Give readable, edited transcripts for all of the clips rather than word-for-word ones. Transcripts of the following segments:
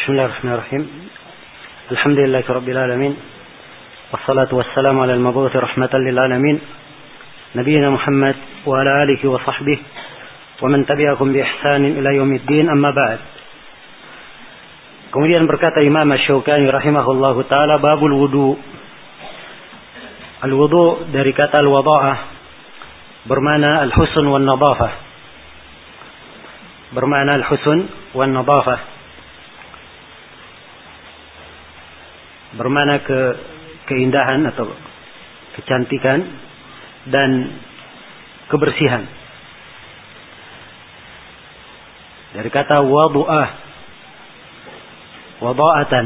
Bismillahirrahmanirrahim. Alhamdulillahirabbil alamin. Wassalatu wassalamu ala al-mabu'uts rahmatan lil alamin. Nabiyina Muhammad wa ala alihi wa sahbihi wa man tabi'ahum bi ihsanin ila yaumiddin, amma ba'd. Kemudian berkata Imam Asy-Syaukani rahimahullahu taala, babul wudu. Al-wudu dari kata al-wada'ah bermakna al-husn wan nadhafah. Bermakna al-husn wan nadhafah. Bermakna keindahan atau kecantikan dan kebersihan. Dari kata wadu'ah, wada'atan.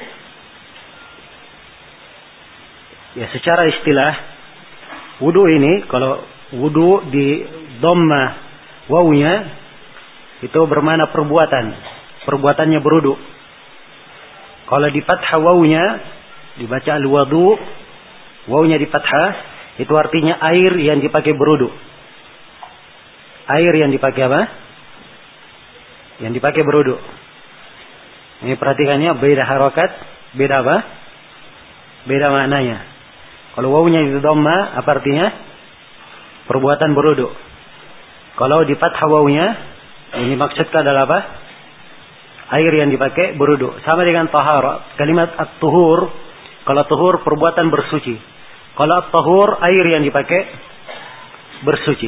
Ya, secara istilah wudu ini, kalau wudu di dhamma wawunya itu bermakna perbuatan. Perbuatannya berudu. Kalau di fathah wawunya dibaca al-wudu, wawunya di fathah, itu artinya air yang dipakai berudu. Air yang dipakai apa? Yang dipakai berudu. Ini perhatikannya, beda harokat, beda apa? Beda maknanya. Kalau wawunya di dhamma, apa artinya? Perbuatan berudu. Kalau di fathah wawunya, ini maksudnya adalah apa? Air yang dipakai berudu. Sama dengan tahara. Kalimat at-tuhur, kalau tuhur perbuatan bersuci. Kalau at-tahur air yang dipakai bersuci.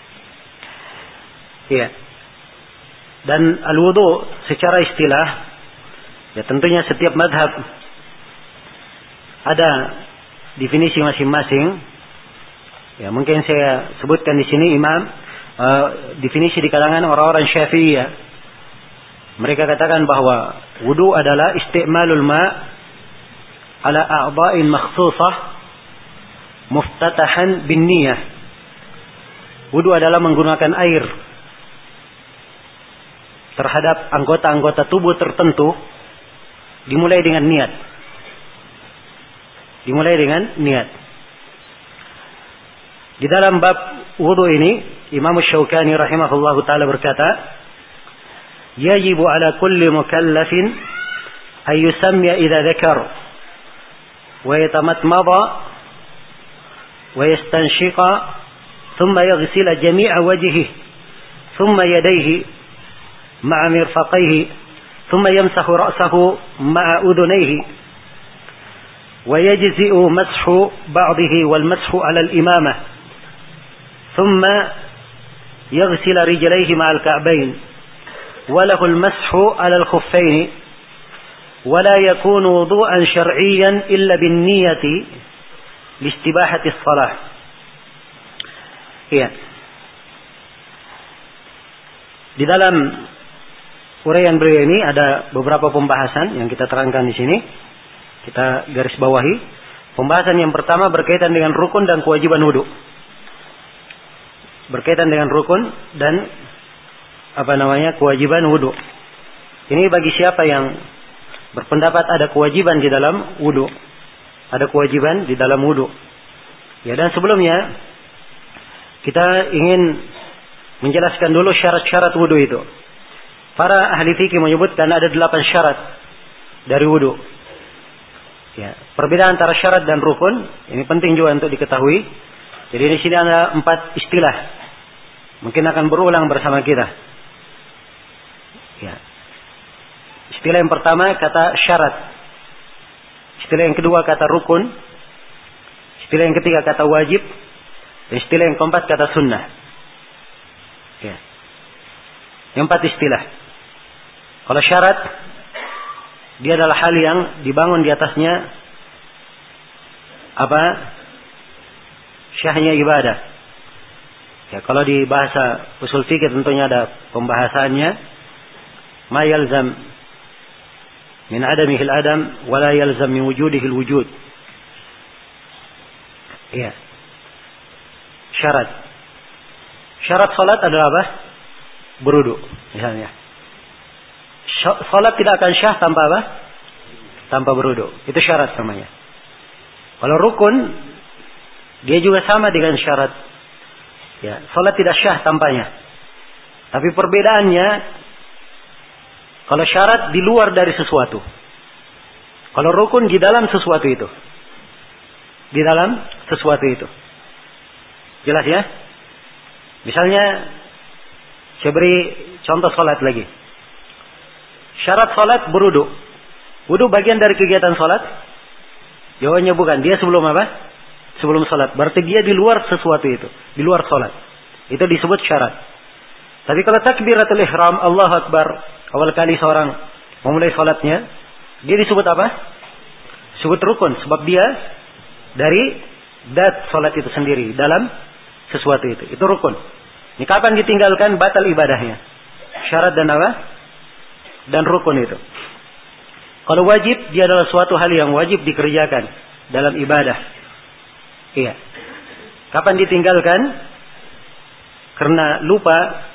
Iya. Dan al-wudu secara istilah, ya tentunya setiap madhab ada definisi masing-masing. Ya, mungkin saya sebutkan di sini definisi di kalangan orang-orang Syafi'iyah. Mereka katakan bahwa wudu adalah isti'malul ma' ala a'dha'in makhsusah muftatahan bin niyah. Wudu adalah menggunakan air terhadap anggota-anggota tubuh tertentu dimulai dengan niat. Dimulai dengan niat. Di dalam bab wudu ini, Imam Asy-Syaukani rahimahullahu taala berkata, يجب على كل مكلف أن يسمي إذا ذكر ويتمضمض ويستنشق ثم يغسل جميع وجهه ثم يديه مع مرفقيه ثم يمسح رأسه مع أذنيه ويجزئ مسح بعضه والمسح على الإمامة ثم يغسل رجليه مع الكعبين وله المسح على الخفين ولا يكون وضوءا شرعيا إلا بالنية لاستباحة الصلاة. Iya. Di dalam uraian beliau ini ada beberapa pembahasan yang kita terangkan di sini. Kita garis bawahi. Pembahasan yang pertama berkaitan dengan rukun dan kewajiban wudu. Berkaitan dengan rukun dan kewajiban wudu. Ini bagi siapa yang berpendapat ada kewajiban di dalam wudu. Ada kewajiban di dalam wudu. Ya, dan sebelumnya kita ingin menjelaskan dulu syarat-syarat wudu itu. Para ahli fikih menyebutkan ada 8 syarat dari wudu. Ya, perbedaan antara syarat dan rukun ini penting juga untuk diketahui. Jadi di sini ada 4 istilah. Mungkin akan berulang bersama kita. Ya. Istilah yang pertama kata syarat. Istilah yang kedua kata rukun. Istilah yang ketiga kata wajib. Dan istilah yang keempat kata sunnah. Ya. Yang 4 istilah. Kalau syarat, dia adalah hal yang dibangun di atasnya syahnya ibadah. Ya, kalau di bahasa usul fikih tentunya ada pembahasannya. Ma yalzam min adamihi al-adam wa la yalzam min wujudihi al-wujud. Iya. Syarat. Syarat salat adalah apa? Berudu, misalnya. Salat tidak akan syah tanpa apa? Tanpa berudu. Itu syarat namanya. Kalau rukun, dia juga sama dengan syarat. Ya, salat tidak syah tanpanya. Tapi perbedaannya, Kalau syarat di luar dari sesuatu. Kalau rukun di dalam sesuatu itu. Di dalam sesuatu itu. Jelas ya? Misalnya, saya beri contoh salat lagi. Syarat salat berwudu. Wudu bagian dari kegiatan salat? Jawabannya bukan. Dia sebelum apa? Sebelum salat. Berarti dia di luar sesuatu itu. Di luar salat. Itu disebut syarat. Tapi kalau takbiratul ihram, Allahu Akbar, awal kali seorang memulai salatnya, dia disebut apa? Disebut rukun. Sebab dia dari dat salat itu sendiri. Dalam sesuatu itu. Itu rukun. Ini kapan ditinggalkan batal ibadahnya. Syarat dan apa? Dan rukun itu. Kalau wajib, dia adalah suatu hal yang wajib dikerjakan dalam ibadah. Iya. Kapan ditinggalkan? Karena lupa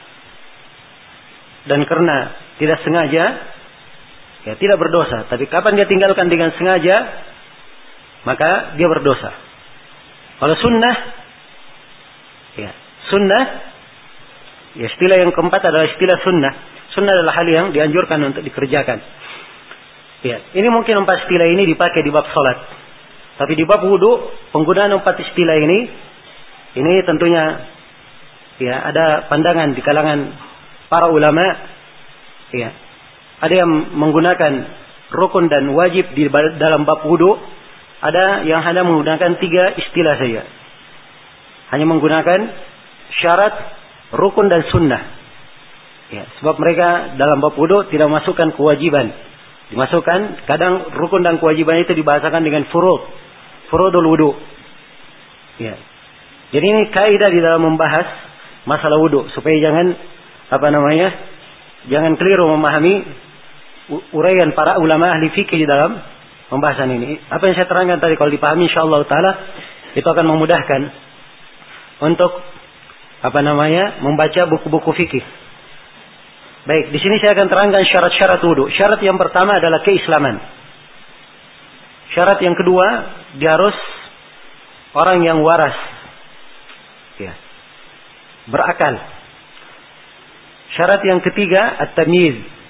dan karena tidak sengaja, ya tidak berdosa. Tapi kapan dia tinggalkan dengan sengaja, maka dia berdosa. Kalau sunnah, ya sunnah, ya istilah yang keempat adalah istilah sunnah. Sunnah adalah hal yang dianjurkan untuk dikerjakan. Ya, ini mungkin 4 istilah ini dipakai di bab salat. Tapi di bab wudu, penggunaan 4 istilah ini tentunya ya ada pandangan di kalangan para ulama. Ya, ada yang menggunakan rukun dan wajib di dalam bab wudu, ada yang hanya menggunakan 3 istilah saja. Hanya menggunakan syarat, rukun dan sunnah. Ya, sebab mereka dalam bab wudu tidak memasukkan kewajiban. Dimasukkan kadang rukun dan kewajiban itu dibahasakan dengan furudul wudu. Ya. Jadi ini kaidah di dalam membahas masalah wudu supaya jangan jangan keliru memahami uraian para ulama ahli fikih di dalam pembahasan ini. Apa yang saya terangkan tadi kalau dipahami insyaallah taala itu akan memudahkan untuk membaca buku-buku fikih. Baik, di sini saya akan terangkan syarat-syarat wudu. Syarat yang pertama adalah keislaman. Syarat yang kedua, dia harus orang yang waras. Ya. Berakal. Syarat yang ketiga, at-tamyiz.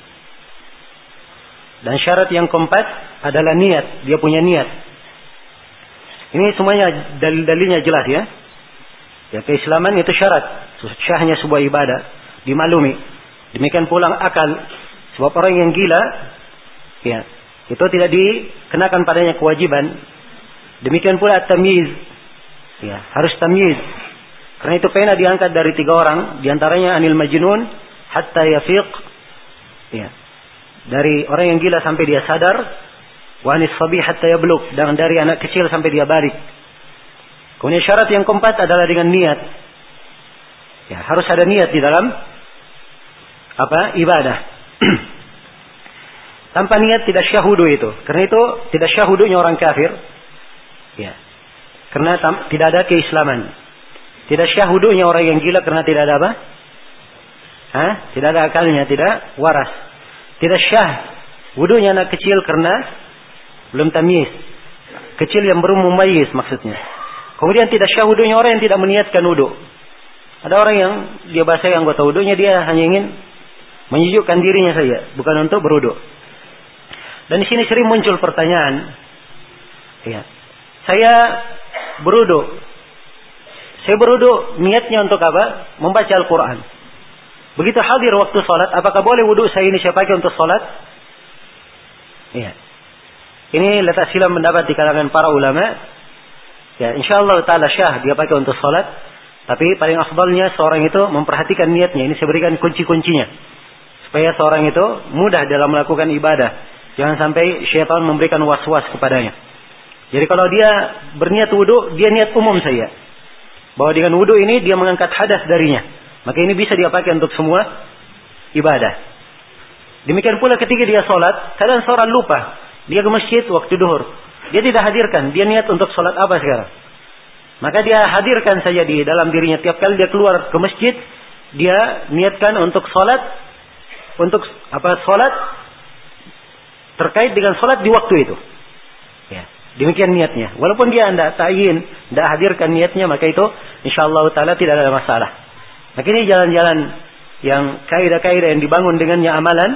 Dan syarat yang keempat adalah niat. Dia punya niat. Ini semuanya dalil-dalilnya jelas ya. Ya, keislaman itu syarat. Syahnya sebuah ibadah. Dimaklumi. Demikian pula akal. Sebab orang yang gila, ya, itu tidak dikenakan padanya kewajiban. Demikian pula tamyiz. Ya, harus tamyiz. Karena itu pernah diangkat dari 3 orang, diantaranya anil majnun hatta yafiq. Ya. Dari orang yang gila sampai dia sadar, wa anis sabi hatta yablugh, dan dari anak kecil sampai dia balik. Kemudian syarat yang keempat adalah dengan niat. Ya, harus ada niat di dalam ibadah. Tanpa niat tidak syah wudu itu. Karena itu tidak syah wudunya orang kafir. Ya. Karena tidak ada keislaman. Tidak syah wudunya orang yang gila karena tidak ada apa? Tidak ada akalnya, tidak waras. Tidak syah wudunya anak kecil karena belum tamyiz. Kecil yang belum mumayyiz maksudnya. Kemudian tidak syah wudunya orang yang tidak meniatkan wudu. Ada orang yang dia basah anggota wudunya, dia hanya ingin menyejukkan dirinya saja, bukan untuk berwudu. Dan di sini sering muncul pertanyaan, ya, saya berwudu niatnya untuk apa? Membaca Al-Quran. Begitu hadir waktu salat, apakah boleh wudu saya ini saya pakai untuk salat? Ya. Ini letak silam pendapat di kalangan para ulama. Ya, insyaallah taala syah dia pakai untuk salat, tapi paling afdalnya seorang itu memperhatikan niatnya. Ini saya berikan kunci-kuncinya. Supaya seorang itu mudah dalam melakukan ibadah. Jangan sampai syaitan memberikan was-was kepadanya. Jadi kalau dia berniat wudu, dia niat umum saja. Bahwa dengan wudu ini dia mengangkat hadas darinya. Maka ini bisa dia pakai untuk semua ibadah. Demikian pula ketika dia sholat, kadang seorang lupa. Dia ke masjid waktu duhur. Dia tidak hadirkan. Dia niat untuk sholat apa sekarang? Maka dia hadirkan saja di dalam dirinya. Tiap kali dia keluar ke masjid, dia niatkan untuk sholat. Untuk sholat terkait dengan sholat di waktu itu. Ya, demikian niatnya. Walaupun dia tidak ta'yin, tidak hadirkan niatnya, maka itu insyaallah taala tidak ada masalah. Maka ini jalan-jalan yang kaidah-kaidah yang dibangun dengannya amalan,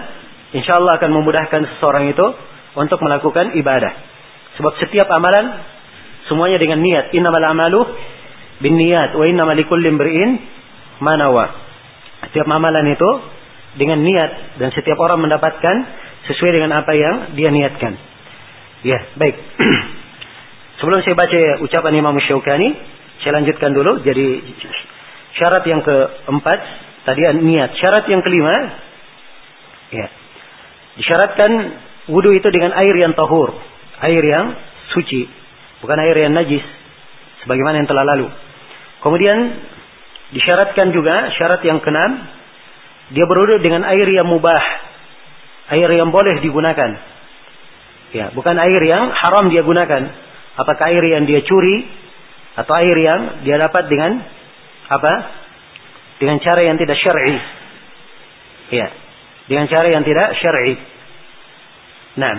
insyaallah akan memudahkan seseorang itu untuk melakukan ibadah. Sebab setiap amalan semuanya dengan niat. Innamal a'malu binniyat wa innamal likulli imri'in ma nawa. Setiap amalan itu dengan niat dan setiap orang mendapatkan sesuai dengan apa yang dia niatkan. Ya, baik. Sebelum saya baca ucapan Imam Syaukani, saya lanjutkan dulu. Jadi syarat yang keempat tadi niat. Syarat yang kelima, ya, disyaratkan wudu itu dengan air yang tahur, air yang suci, bukan air yang najis, sebagaimana yang telah lalu. Kemudian disyaratkan juga syarat yang keenam, dia berwudu dengan air yang mubah, air yang boleh digunakan. Ya, bukan air yang haram dia gunakan. Apakah air yang dia curi atau air yang dia dapat dengan apa? Dengan cara yang tidak syar'i. Ya, dengan cara yang tidak syar'i. Nah,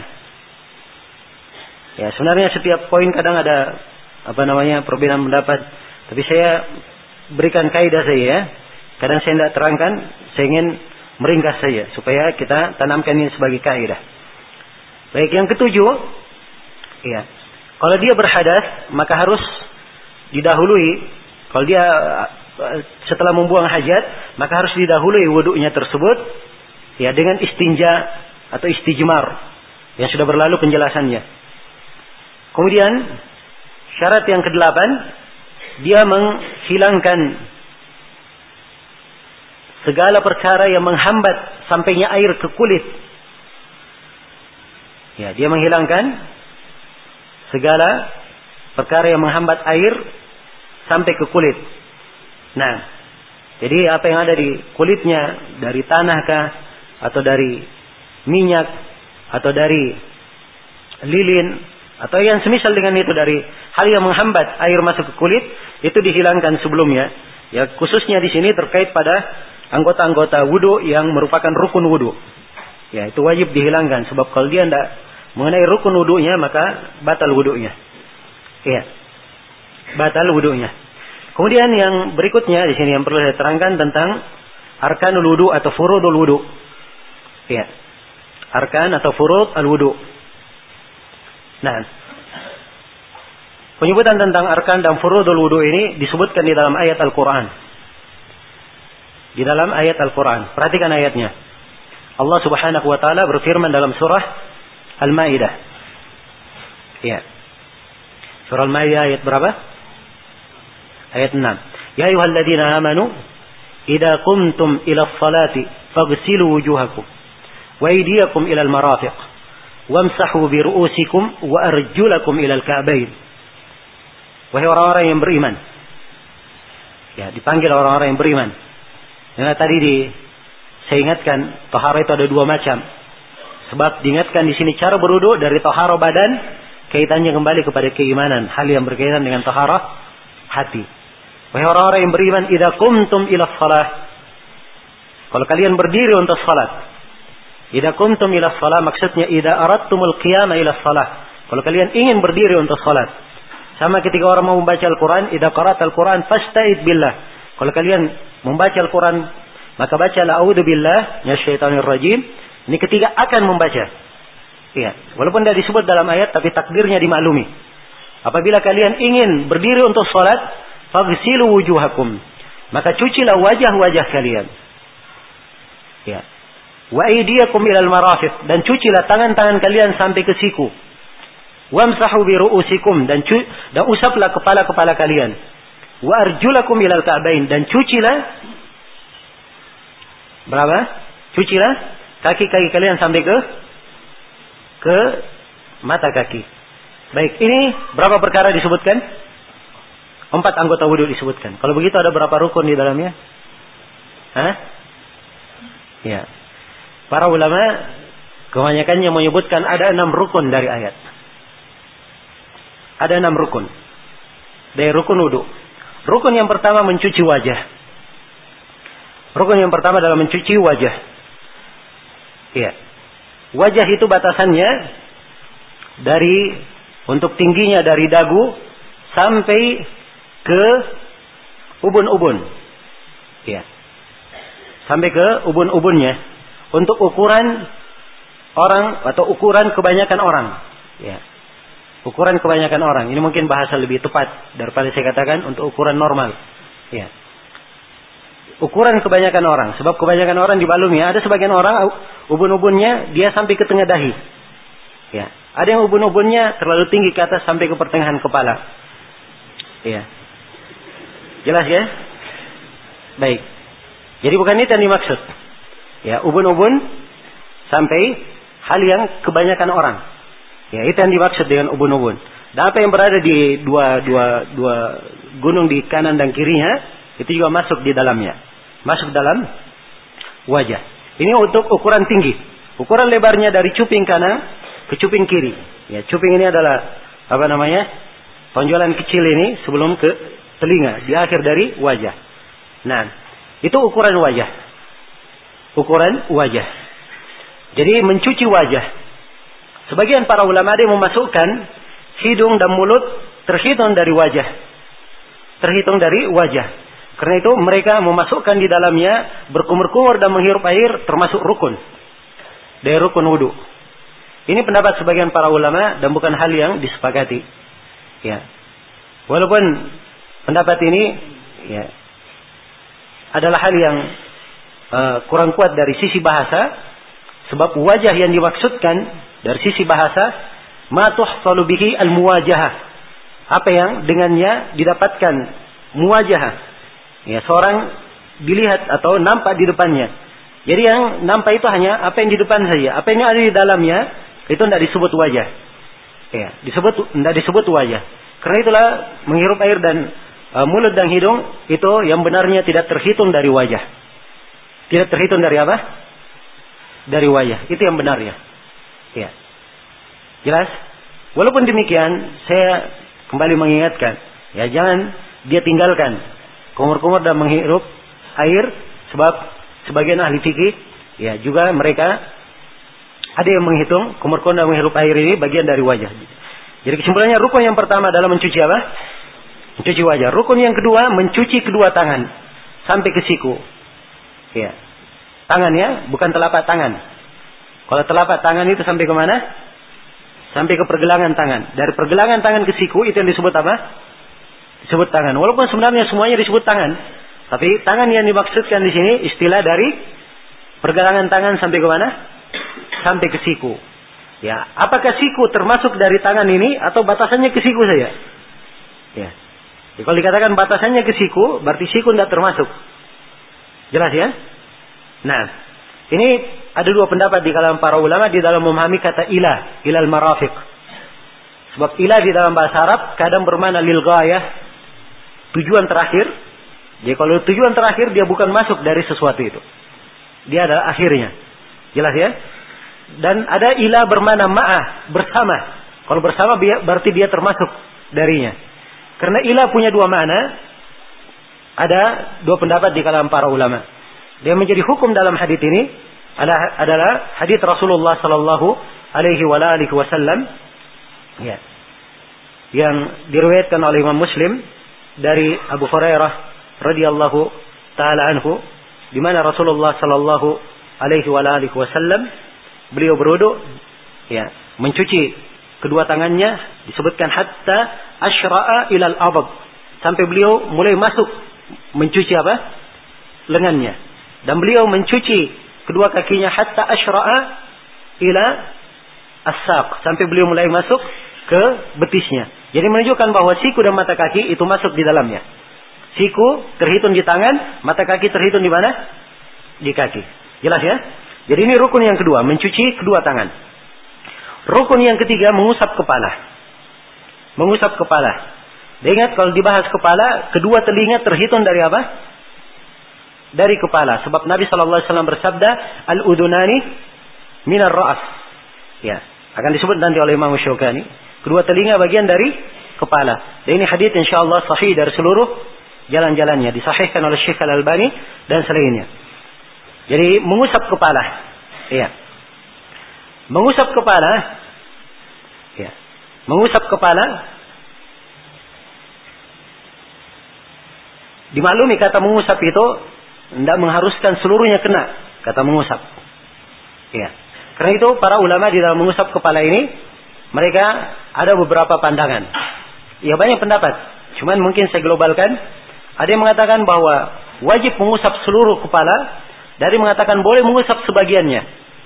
ya sebenarnya setiap poin kadang ada perbedaan pendapat. Tapi saya berikan kaidah saya ya. Kadang saya tidak terangkan, saya ingin meringkas saja supaya kita tanamkan ini sebagai kaidah. Baik, yang ketujuh, ya, kalau dia berhadas maka harus didahului. Kalau dia setelah membuang hajat maka harus didahului wudunya tersebut, ya, dengan istinja atau istijmar yang sudah berlalu penjelasannya. Kemudian syarat yang kedelapan, dia menghilangkan segala perkara yang menghambat sampainya air ke kulit. Ya, dia menghilangkan segala perkara yang menghambat air sampai ke kulit. Nah, jadi apa yang ada di kulitnya, dari tanahkah, atau dari minyak, atau dari lilin, atau yang semisal dengan itu, dari hal yang menghambat air masuk ke kulit, itu dihilangkan sebelumnya. Ya, khususnya di sini terkait pada anggota-anggota wudu yang merupakan rukun wudu. Ya, itu wajib dihilangkan. Sebab kalau dia tidak mengenai rukun wudunya maka batal wudunya. Ya, batal wudunya. Kemudian yang berikutnya di sini yang perlu saya terangkan tentang arkanul wudu atau furudul wudu. Ya, arkan atau furud al wudu. Nah, penyebutan tentang arkan dan furudul wudu ini disebutkan di dalam ayat Al-Quran. Di dalam ayat Al-Quran. Perhatikan ayatnya. Allah Subhanahu wa taala berfirman dalam surah Al-Maidah. Ya. Surah Al-Maidah ayat berapa? Ayat 6. Ya ayyuhalladzina amanu idza qumtum ila sholati faghsilu wujuhakum wa aydiyakum ila al-marafiq wamsahu bi ru'usikum wa arjulakum ila al-ka'bayn. Wahai orang-orang yang beriman. Ya, dipanggil orang-orang yang beriman. Yang tadi saya ingatkan, taharah itu ada dua macam. Sebab diingatkan di sini cara berwudu dari taharah badan, kaitannya kembali kepada keimanan, hal yang berkaitan dengan taharah hati. Wahai orang-orang yang beriman, idza qumtum ila shalah. Kalau kalian berdiri untuk salat. Idza qumtum ila shalah maksudnya idza aradtumul qiyama ila shalah. Kalau kalian ingin berdiri untuk salat. Sama ketika orang mau membaca Al-Qur'an, idza qara'tal Qur'an fasta'id billah. Kalau kalian membaca Al-Quran maka bacalah a'udzu billah minasyaitonir rajim. Ini ketika akan membaca. Iya, walaupun tidak disebut dalam ayat tapi takdirnya dimaklumi. Apabila kalian ingin berdiri untuk salat, faghsilu wujuhakum. Maka cucilah wajah-wajah kalian. Ya. Wa aydiyakum ilal marafiq, dan cucilah tangan-tangan kalian sampai ke siku. Wamsahu bi ru'usikum, dan usaplah kepala-kepala kalian. Wa arjulakum ilal ka'bain, dan cucilah berapa? Cucilah kaki-kaki kalian sampai ke mata kaki. Baik, ini berapa perkara disebutkan? 4 anggota wudu disebutkan. Kalau begitu ada berapa rukun di dalamnya? Hah? Ya. Para ulama kebanyakannya menyebutkan ada 6 rukun dari ayat. Ada 6 rukun. Dari rukun wudu. Rukun yang pertama mencuci wajah. Rukun yang pertama adalah mencuci wajah. Ya. Wajah itu batasannya untuk tingginya dari dagu sampai ke ubun-ubun. Ya. Sampai ke ubun-ubunnya. Untuk ukuran orang atau ukuran kebanyakan orang. Ya. Ukuran kebanyakan orang. Ini mungkin bahasa lebih tepat daripada saya katakan untuk ukuran normal. Ya. Ukuran kebanyakan orang. Sebab kebanyakan orang di balungnya, ada sebagian orang ubun-ubunnya dia sampai ke tengah dahi. Ya. Ada yang ubun-ubunnya terlalu tinggi ke atas sampai ke pertengahan kepala. Ya. Jelas ya? Baik. Jadi bukan itu yang dimaksud. Ya, ubun-ubun sampai hal yang kebanyakan orang. Ya, itu yang dimaksud dengan ubun-ubun. Dan apa yang berada di dua gunung di kanan dan kirinya, itu juga masuk di dalamnya. Masuk dalam wajah. Ini untuk ukuran tinggi. Ukuran lebarnya dari cuping kanan ke cuping kiri. Ya, cuping ini adalah tonjolan kecil ini sebelum ke telinga, di akhir dari wajah. Nah, itu ukuran wajah. Ukuran wajah. Jadi mencuci wajah. Sebagian para ulama ada yang memasukkan hidung dan mulut terhitung dari wajah. Terhitung dari wajah. Karena itu mereka memasukkan di dalamnya berkumur-kumur dan menghirup air termasuk rukun. Dari rukun wudu. Ini pendapat sebagian para ulama dan bukan hal yang disepakati. Ya. Walaupun pendapat ini ya adalah hal yang kurang kuat dari sisi bahasa, sebab wajah yang dimaksudkan dari sisi bahasa ma tuhsalu bihi al-muwajahah. Apa yang dengannya didapatkan muwajahah. Ya, seorang dilihat atau nampak di depannya. Jadi yang nampak itu hanya apa yang di depan saja. Apa yang ada di dalamnya itu tidak disebut wajah. Ya, tidak disebut wajah. Karena itulah menghirup air dan mulut dan hidung itu yang benarnya tidak terhitung dari wajah. Tidak terhitung dari apa? Dari wajah. Itu yang benarnya. Ya. Jelas? Walaupun demikian, saya kembali mengingatkan, ya jangan dia tinggalkan kumur-kumur dan menghirup air, sebab sebagian ahli fikih ya juga mereka ada yang menghitung kumur-kumur dan menghirup air ini bagian dari wajah. Jadi kesimpulannya rukun yang pertama adalah mencuci apa? Mencuci wajah. Rukun yang kedua mencuci kedua tangan sampai ke siku. Ya. Tangannya bukan telapak tangan. Kalau telapak tangan itu sampai ke mana? Sampai ke pergelangan tangan. Dari pergelangan tangan ke siku itu yang disebut apa? Disebut tangan. Walaupun sebenarnya semuanya disebut tangan, tapi tangan yang dimaksudkan di sini istilah dari pergelangan tangan sampai ke mana? Sampai ke siku. Ya, apakah siku termasuk dari tangan ini atau batasannya ke siku saja? Ya. Jadi kalau dikatakan batasannya ke siku, berarti siku tidak termasuk. Jelas ya? Nah, ini ada dua pendapat di kalangan para ulama di dalam memahami kata ilah, ilal marafiq. Sebab ilah di dalam bahasa Arab kadang bermakna lil ghayah, tujuan terakhir. Jadi kalau tujuan terakhir dia bukan masuk dari sesuatu itu. Dia adalah akhirnya. Jelas ya? Dan ada ilah bermakna ma'ah, bersama. Kalau bersama berarti dia termasuk darinya. Karena ilah punya dua makna. Ada dua pendapat di kalangan para ulama. Dia menjadi hukum dalam hadis ini adalah hadis Rasulullah sallallahu alaihi wasallam ya, yang diriwayatkan oleh Imam Muslim dari Abu Hurairah radhiyallahu taala anhu, di mana Rasulullah sallallahu alaihi wasallam beliau berwudu ya, mencuci kedua tangannya, disebutkan hatta asyra'a ilal abad, sampai beliau mulai masuk mencuci apa? Lengannya. Dan beliau mencuci kedua kakinya hatta asyra'a ila as-saq, sampai beliau mulai masuk ke betisnya. Jadi menunjukkan bahwa siku dan mata kaki itu masuk di dalamnya. Siku terhitung di tangan, mata kaki terhitung di mana? Di kaki. Jelas ya? Jadi ini rukun yang kedua, mencuci kedua tangan. Rukun yang ketiga, mengusap kepala. Mengusap kepala. Dan ingat kalau dibahas kepala, kedua telinga terhitung dari apa? Dari kepala. Sebab Nabi SAW bersabda, al-udunani minar ra'as. Ya, akan disebut nanti oleh Imam Syaukani. Kedua telinga bagian dari kepala. Dan ini hadits insyaallah sahih dari seluruh jalan-jalannya. Disahihkan oleh Syekh Al-Albani dan selainnya. Jadi mengusap kepala. Ya. Mengusap kepala. Ya. Mengusap kepala. Dimaklumi kata mengusap itu tidak mengharuskan seluruhnya kena. Kata mengusap. Ya. Karena itu para ulama di dalam mengusap kepala ini, mereka ada beberapa pandangan. Ya banyak pendapat. Cuman mungkin saya globalkan. Ada yang mengatakan bahwa wajib mengusap seluruh kepala. Dari mengatakan boleh mengusap sebagiannya.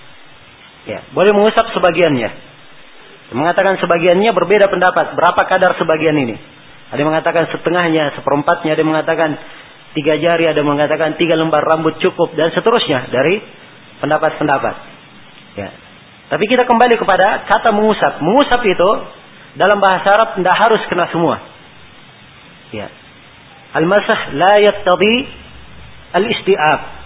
Ya, boleh mengusap sebagiannya. Mengatakan sebagiannya berbeda pendapat. Berapa kadar sebagian ini? Ada yang mengatakan setengahnya, seperempatnya. Ada yang mengatakan 3 jari. Ada yang mengatakan 3 lembar rambut cukup. Dan seterusnya dari pendapat-pendapat. Ya. Tapi kita kembali kepada kata mengusap. Mengusap itu dalam bahasa Arab tidak harus kena semua. Ya. Al-masah la yattadi al-isti'ab.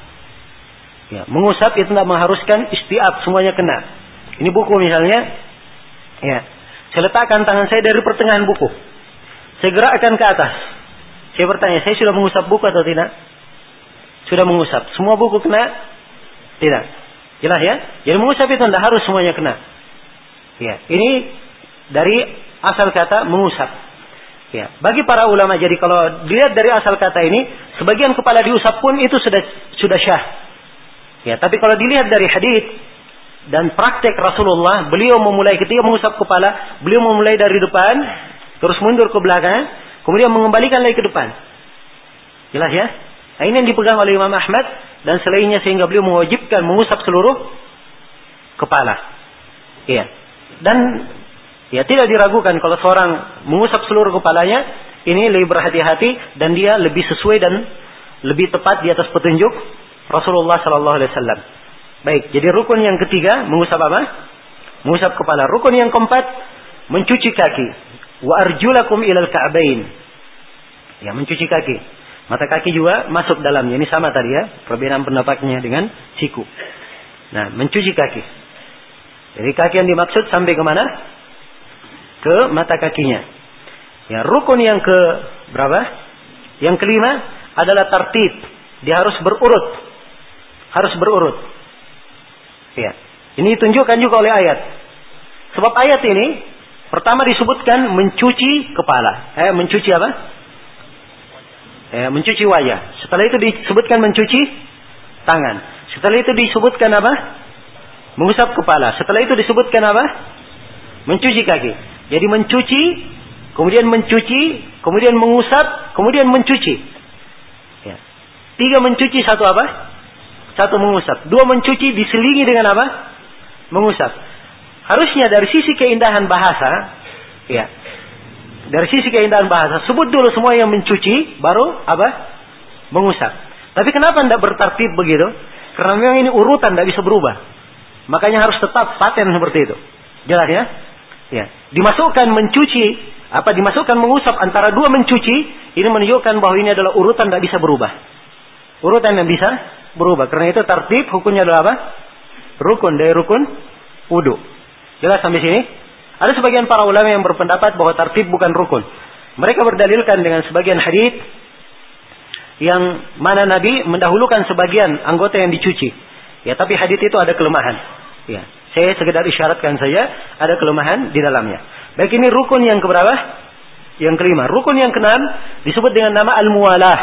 Ya, mengusap itu tidak mengharuskan isti'ab, semuanya kena. Ini buku misalnya, ya, saya letakkan tangan saya dari pertengahan buku, saya gerakkan ke atas. Saya bertanya, saya sudah mengusap buku atau tidak? Sudah mengusap. Semua buku kena? Tidak. Jelas ya? Jadi mengusap itu tidak harus semuanya kena. Ya, ini dari asal kata mengusap. Ya, bagi para ulama, jadi kalau dilihat dari asal kata ini, sebagian kepala diusap pun itu sudah syah. Ya, tapi kalau dilihat dari hadis dan praktek Rasulullah, beliau memulai ketika mengusap kepala, beliau memulai dari depan, terus mundur ke belakang, kemudian mengembalikan lagi ke depan. Jelas ya? Nah, ini yang dipegang oleh Imam Ahmad dan selainnya sehingga beliau mewajibkan mengusap seluruh kepala. Iya. Dan ya tidak diragukan kalau seorang mengusap seluruh kepalanya, ini lebih berhati-hati dan dia lebih sesuai dan lebih tepat di atas petunjuk Rasulullah sallallahu alaihi wasallam. Baik, jadi rukun yang ketiga mengusap apa? Mengusap kepala. Rukun yang keempat mencuci kaki. Wa arjulakum ilal ka'bain. Ya, mencuci kaki. Mata kaki juga masuk dalamnya. Ini sama tadi ya, perbedaan pendapatnya dengan siku. Nah, mencuci kaki. Jadi kaki yang dimaksud sampai ke mana? Ke mata kakinya. Ya, rukun yang ke berapa? Yang kelima adalah tartib. Dia harus berurut. Harus berurut. Ya. Ini ditunjukkan juga oleh ayat. Sebab ayat ini pertama disebutkan mencuci kepala. Mencuci apa? Mencuci wajah. Setelah itu disebutkan mencuci tangan. Setelah itu disebutkan apa? Mengusap kepala. Setelah itu disebutkan apa? Mencuci kaki. Jadi mencuci, kemudian mencuci, kemudian mengusap, kemudian mencuci. Ya. 3 mencuci, 1 apa? 1 mengusap. 2 mencuci diselingi dengan apa? Mengusap. Harusnya dari sisi keindahan bahasa, ya. Dari sisi keindahan bahasa, sebut dulu semua yang mencuci, baru apa? Mengusap. Tapi kenapa tidak bertartib begitu? Karena memang ini urutan, tidak bisa berubah. Makanya harus tetap paten seperti itu. Jelas ya? Ya. Dimasukkan mencuci, dimasukkan mengusap antara 2 mencuci, ini menunjukkan bahwa ini adalah urutan tidak bisa berubah. Urutan yang bisa berubah. Karena itu tartib hukumnya adalah apa? Rukun dari rukun wudu. Jelas sampai sini? Ada sebagian para ulama yang berpendapat bahwa tartib bukan rukun. Mereka berdalilkan dengan sebagian hadis yang mana Nabi mendahulukan sebagian anggota yang dicuci. Ya, tapi hadis itu ada kelemahan. Ya, saya sekedar isyaratkan saja ada kelemahan di dalamnya. Baik, ini rukun yang keberapa? Yang kelima. Rukun yang keenam disebut dengan nama al-muwalah.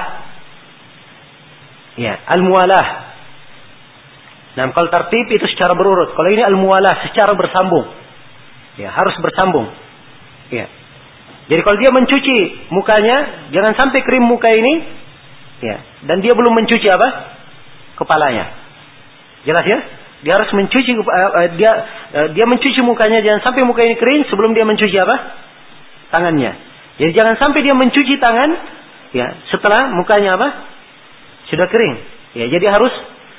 Ya, al-muwalah. Nah, kalau tartib itu secara berurut. Kalau ini al-muwalah secara bersambung. Ya, harus bersambung. Ya. Jadi kalau dia mencuci mukanya, jangan sampai krim muka ini, ya. Dan dia belum mencuci apa? Kepalanya. Jelas ya? Dia harus mencuci dia mencuci mukanya, jangan sampai muka ini kering sebelum dia mencuci apa? Tangannya. Jadi jangan sampai dia mencuci tangan, ya, setelah mukanya apa? Sudah kering. Ya, jadi harus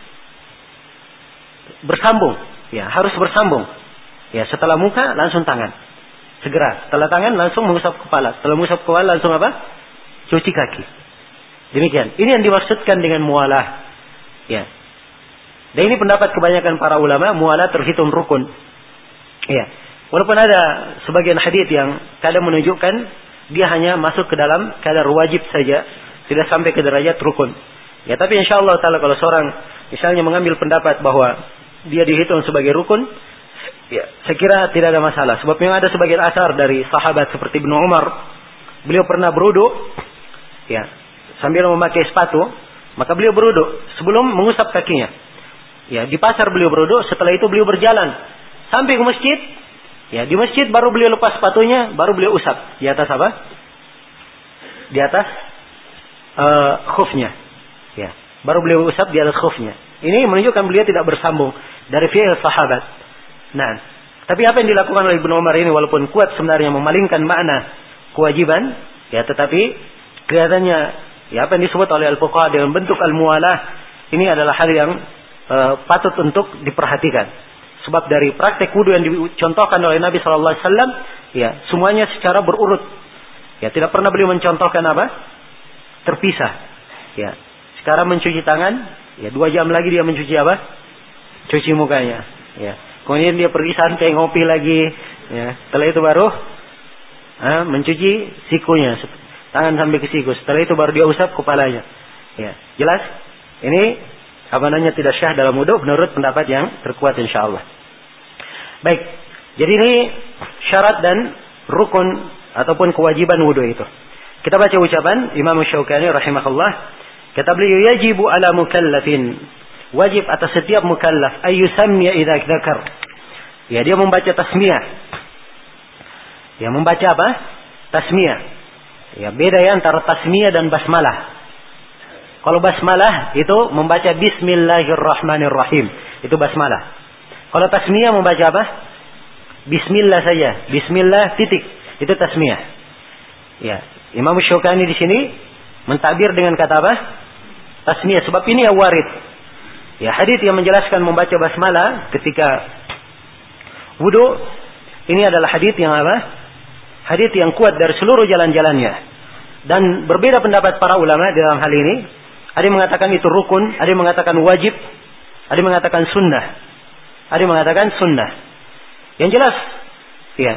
bersambung. Ya, harus bersambung. Ya, setelah muka langsung tangan. Segera. Setelah tangan langsung mengusap kepala. Setelah mengusap kepala langsung apa? Cuci kaki. Demikian. Ini yang dimaksudkan dengan muwalah. Ya. Dan ini pendapat kebanyakan para ulama, muwalah terhitung rukun. Ya. Walaupun ada sebagian hadis yang kadang menunjukkan dia hanya masuk ke dalam kadar wajib saja, tidak sampai ke derajat rukun. Ya, tapi insyaallah taala kalau seorang misalnya mengambil pendapat bahwa dia dihitung sebagai rukun, ya, saya kira tidak ada masalah. Sebab memang ada sebagian asar dari sahabat seperti Ibnu Umar. Beliau pernah berwudu, ya, sambil memakai sepatu, maka beliau berwudu sebelum mengusap kakinya. Ya, di pasar beliau berwudu, setelah itu beliau berjalan sampai ke masjid. Ya, di masjid baru beliau lepas sepatunya, baru beliau usap di atas apa? Di atas khufnya. Ya, baru beliau usap di atas khufnya. Ini menunjukkan beliau tidak bersambung dari fi'il sahabat. Nah, tapi apa yang dilakukan oleh Ibnu Umar ini walaupun kuat sebenarnya memalingkan makna kewajiban, ya tetapi kelihatannya ya apa yang disebut oleh al-fuqaha dengan bentuk al-muwalah ini adalah hal yang patut untuk diperhatikan. Sebab dari praktek wudu yang dicontohkan oleh Nabi sallallahu alaihi wasallam, ya semuanya secara berurut. Ya, tidak pernah beliau mencontohkan apa? Terpisah. Ya. Sekarang mencuci tangan, ya 2 jam lagi dia mencuci apa? Cuci mukanya. Ya. Kemudian dia pergi santai ngopi lagi. Ya. Setelah itu baru mencuci sikunya, tangan sampai ke siku. Setelah itu baru dia usap kepalanya. Ya. Jelas? Ini tidak syah dalam wudu menurut pendapat yang terkuat insyaallah. Baik. Jadi ini syarat dan rukun ataupun kewajiban wudu itu. Kita baca ucapan Imam Syaukani rahimahullah. Kata beliau, yajibu ala mukallafin, wajib atas setiap mukallaf ayyusammiya idza dzakar. Ya, dia membaca tasmiyah. Ya, membaca apa? Tasmiyah. Ya, beda ya antara tasmiyah dan basmalah. Kalau basmalah itu membaca bismillahirrahmanirrahim, itu basmalah. Kalau tasmiyah membaca apa? Bismillah saja, bismillah titik, itu tasmiyah. Ya, Imam Syaukani di sini mentakbir dengan kata apa? Tasmiyah, sebab ini yang warid. Ya, hadits yang menjelaskan membaca basmalah ketika wudu, ini adalah hadits yang apa? Hadits yang kuat dari seluruh jalan-jalannya. Dan berbeda pendapat para ulama dalam hal ini. Ada yang mengatakan itu rukun, ada yang mengatakan wajib, ada yang mengatakan sunnah. Ada yang mengatakan sunnah. Yang jelas, ya.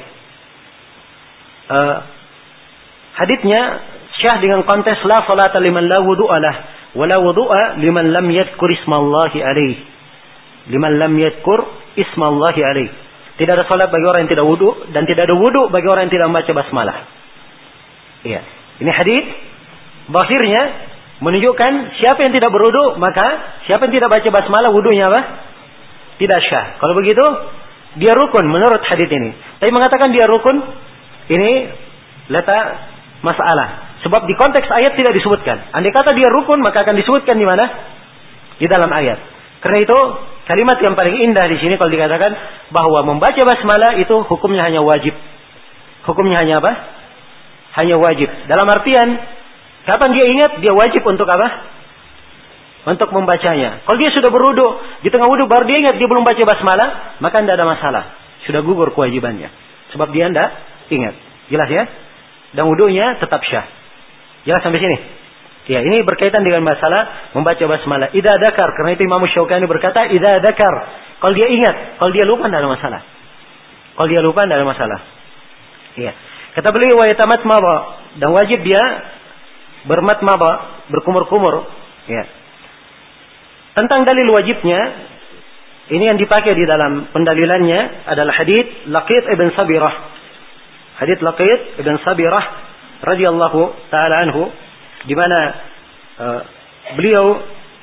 Haditsnya syah dengan konteks la salata liman la wudu'a lah wa la wudu'a liman lam yadhkur ismallahi alaih. Liman lam yadhkur ismallahi alaih. Tidak ada salat bagi orang yang tidak wudu dan tidak ada wudu bagi orang yang tidak membaca basmalah. Iya. Ini hadits zahirnya menunjukkan siapa yang tidak berwudu, maka siapa yang tidak baca basmalah wudunya apa? Tidak syah. Kalau begitu dia rukun menurut hadits ini. Tapi mengatakan dia rukun ini letak masalah. Sebab di konteks ayat tidak disebutkan. Andai kata dia rukun maka akan disebutkan di mana? Di dalam ayat. Karena itu kalimat yang paling indah di sini kalau dikatakan bahwa membaca basmalah itu hukumnya hanya wajib. Hukumnya hanya apa? Hanya wajib. Dalam artian kapan dia ingat dia wajib untuk apa? Untuk membacanya. Kalau dia sudah berwudu, di tengah wudu baru dia ingat dia belum baca basmalah, maka tidak ada masalah. Sudah gugur kewajibannya. Sebab dia tidak ingat. Jelas ya? Dan wudunya tetap syah. Jelas sampai sini? Ya, ini berkaitan dengan masalah membaca basmalah. Idza dzakar, karena itu Imam Syaukani berkata idza dzakar. Kalau dia ingat, kalau dia lupa tidak ada masalah. Kalau dia lupa tidak ada masalah. Iya. Kata beliau wa yatamatmaba, dan wajib dia bermatmaba, berkumur-kumur. Ya. Tentang dalil wajibnya, ini yang dipakai di dalam pendalilannya adalah hadits Laqit ibn Sabirah. Hadits Laqit ibn Sabirah radhiyallahu taala anhu, di mana beliau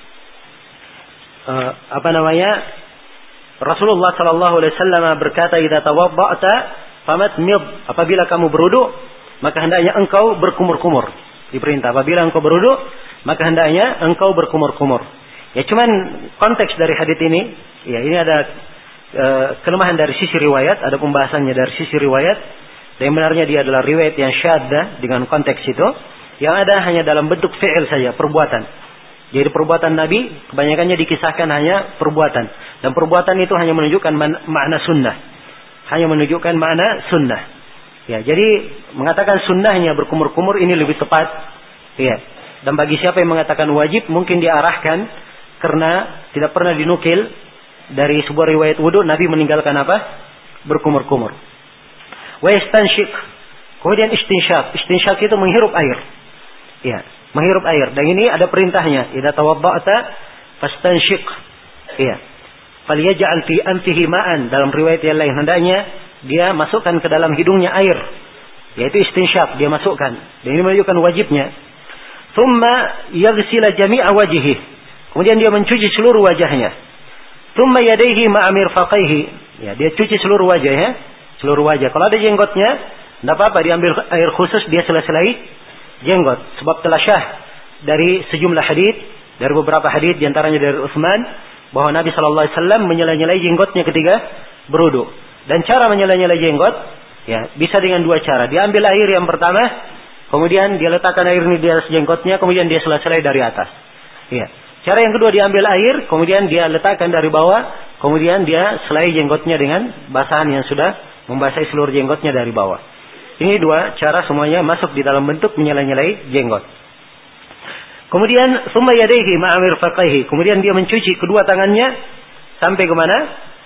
Rasulullah sallallahu alaihi wasallam berkata, "Idza tawadda'ta famatmid." Apabila kamu berwudu, maka hendaknya engkau berkumur-kumur. Diperintah apabila engkau berwudu, maka hendaknya engkau berkumur-kumur. Ya, cuman konteks dari hadits ini, ya ini ada kelemahan dari sisi riwayat, ada pembahasannya dari sisi riwayat. Dan benarnya dia adalah riwayat yang syaddah dengan konteks itu. Yang ada hanya dalam bentuk fi'il saja, perbuatan. Jadi perbuatan Nabi kebanyakannya dikisahkan hanya perbuatan. Dan perbuatan itu hanya menunjukkan makna sunnah. Hanya menunjukkan makna sunnah. Ya, jadi mengatakan sunnahnya berkumur-kumur ini lebih tepat. Ya. Dan bagi siapa yang mengatakan wajib, mungkin diarahkan karena tidak pernah dinukil dari sebuah riwayat wudu Nabi meninggalkan apa? Berkumur-kumur. Wa istanshiq. Kemudian istinsyak. Istinsyak itu menghirup air. Ya, menghirup air. Dan ini ada perintahnya. Idza tawadda'ta fastanshiq. Ya. Falyaj'al fi anfihi ma'an. Dalam riwayat yang lain hendaknya dia masukkan ke dalam hidungnya air. Yaitu istinsyak, dia masukkan. Dan ini menunjukkan wajibnya. Thumma yaghsila jami'a wajhihi. Kemudian dia mencuci seluruh wajahnya. Tsumma yadayhi ma'a mirfaqaihi. Ya, dia cuci seluruh wajah ya. Seluruh wajah. Kalau ada jenggotnya, tidak apa-apa diambil air khusus dia selai-selai jenggot. Sebab telah syah dari sejumlah hadits, dari beberapa hadits diantaranya dari Utsman bahwa Nabi sallallahu alaihi wasallam menyela-nyelai jenggotnya ketika berwudu. Dan cara menyela-nyelai jenggot ya bisa dengan dua cara. Dia ambil air yang pertama, kemudian dia letakkan air ini di atas jenggotnya, kemudian dia selai-selai dari atas. Ya. Cara yang kedua dia ambil air, kemudian dia letakkan dari bawah, kemudian dia selai jenggotnya dengan basahan yang sudah membasahi seluruh jenggotnya dari bawah. Ini dua cara semuanya masuk di dalam bentuk menyela-nyelai jenggot. Kemudian tsumma yadayhi ma'a mirfaqaihi. Kemudian dia mencuci kedua tangannya sampai ke mana?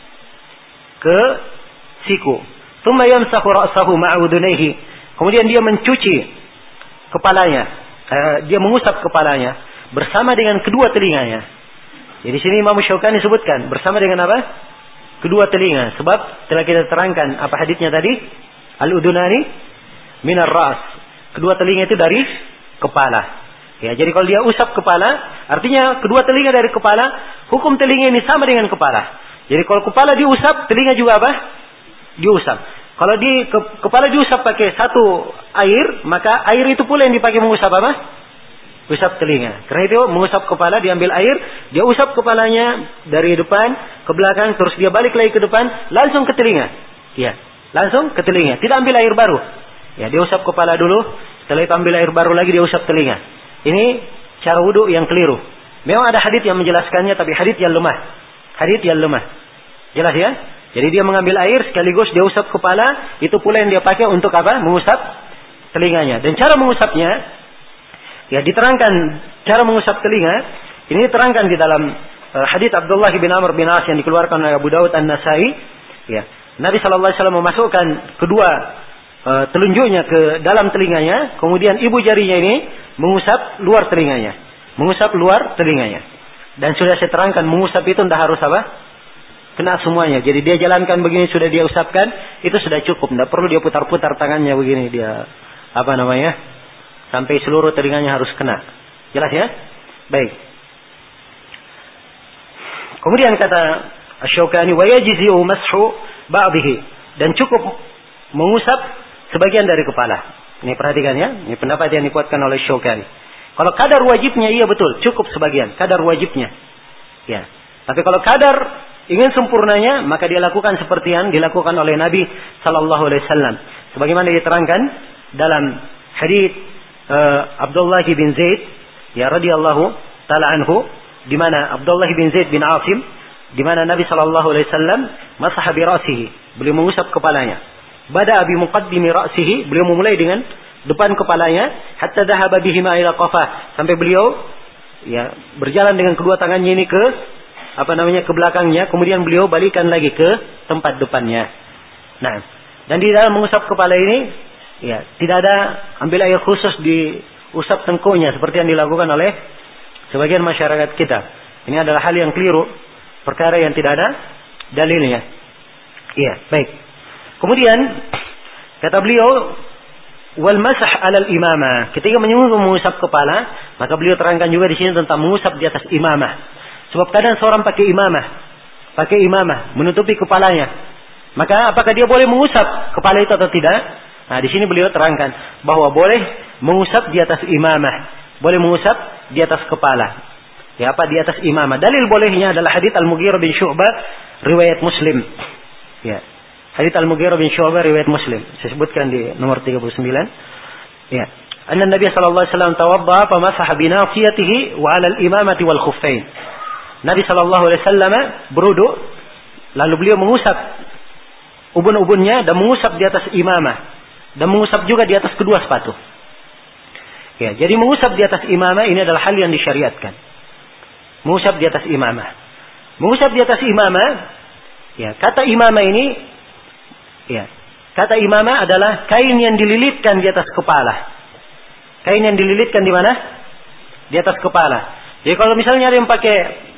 Ke siku. Tsumma yamsahu ra'sahu ma'a udunayhi. Kemudian dia mencuci kepalanya. Dia mengusap kepalanya bersama dengan kedua telinganya. Jadi sini Imam Syaukani sebutkan bersama dengan apa? Kedua telinga. Sebab telah kita terangkan apa haditsnya tadi? Al-udunani minar ras. Kedua telinga itu dari kepala. Ya, jadi kalau dia usap kepala, artinya kedua telinga dari kepala, hukum telinga ini sama dengan kepala. Jadi kalau kepala diusap, telinga juga apa? Diusap. Kalau kepala diusap pakai satu air, maka air itu pula yang dipakai mengusap apa? Usap telinga. Karena itu mengusap kepala, diambil air, dia usap kepalanya dari depan ke belakang, terus dia balik lagi ke depan, langsung ke telinga. Ya, langsung ke telinga. Tidak ambil air baru. Ya, dia usap kepala dulu, setelah itu ambil air baru lagi, dia usap telinga. Ini cara wudu yang keliru. Memang ada hadits yang menjelaskannya, tapi hadits yang lemah. Hadits yang lemah. Jelas ya? Jadi dia mengambil air sekaligus dia usap kepala, itu pula yang dia pakai untuk apa? Mengusap telinganya. Dan cara mengusapnya ya diterangkan cara mengusap telinga ini diterangkan di dalam hadits Abdullah bin Amr bin As yang dikeluarkan oleh Abu Dawud An-Nasai. Ya, Nabi sallallahu alaihi wasallam memasukkan kedua telunjuknya ke dalam telinganya, kemudian ibu jarinya ini mengusap luar telinganya, mengusap luar telinganya. Dan sudah saya terangkan mengusap itu tidak harus apa? Kena semuanya. Jadi dia jalankan begini sudah dia usapkan, itu sudah cukup. Tidak perlu dia putar-putar tangannya begini dia apa namanya? Sampai seluruh telinganya harus kena. Jelas ya? Baik. Kemudian kata Asy-Syaukani wa yajzi'u mashu ba'dihi, dan cukup mengusap sebagian dari kepala. Ini perhatikan ya, ini pendapat yang dikuatkan oleh Syaukani. Kalau kadar wajibnya iya betul, cukup sebagian, kadar wajibnya. Ya. Tapi kalau kadar ingin sempurnanya, maka dia lakukan seperti yang dilakukan oleh Nabi sallallahu alaihi wasallam. Sebagaimana diterangkan dalam hadits Abdullah bin Zaid ya radhiyallahu taala anhu, di mana Abdullah bin Zaid bin Asim, di mana Nabi sallallahu alaihi wasallam masaha bi ra'sihi, beliau mengusap kepalanya. Bada bi muqaddimi ra'sihi, beliau memulai dengan depan kepalanya, hatta dhahaba bihima ila qafah, sampai beliau ya berjalan dengan kedua tangannya ini ke apa namanya ke belakangnya, kemudian beliau balikan lagi ke tempat depannya. Nah, dan di dalam mengusap kepala ini ya, tidak ada ambil air khusus diusap tengkuknya seperti yang dilakukan oleh sebagian masyarakat kita. Ini adalah hal yang keliru, perkara yang tidak ada dalilnya. Iya, baik. Kemudian kata beliau wal masah 'alal imamah. Ketika mengusap kepala, maka beliau terangkan juga di sini tentang mengusap di atas imamah. Sebab kadang seorang pakai imamah menutupi kepalanya. Maka apakah dia boleh mengusap kepala itu atau tidak? Nah, di sini beliau terangkan bahwa boleh mengusap di atas imamah, boleh mengusap di atas kepala. Ya, apa di atas imamah? Dalil bolehnya adalah hadits Al-Mughirah bin Syu'bah riwayat Muslim. Ya. Hadits Al-Mughirah bin Syu'bah riwayat Muslim. Saya sebutkan di nomor 39. Ya. Anna Nabi sallallahu alaihi wasallam tawadda fa masaha bi nasiyatihi wa 'ala al-imamati wal khuffain. Nabi sallallahu alaihi wasallam berwudu, lalu beliau mengusap ubun-ubunnya dan mengusap di atas imamah. Dan mengusap juga di atas kedua sepatu. Ya, jadi mengusap di atas imamah ini adalah hal yang disyariatkan. Mengusap di atas imamah. Mengusap di atas imamah, ya, kata imamah ini, ya, kata imamah adalah kain yang dililitkan di atas kepala. Kain yang dililitkan di mana? Di atas kepala. Jadi kalau misalnya ada yang pakai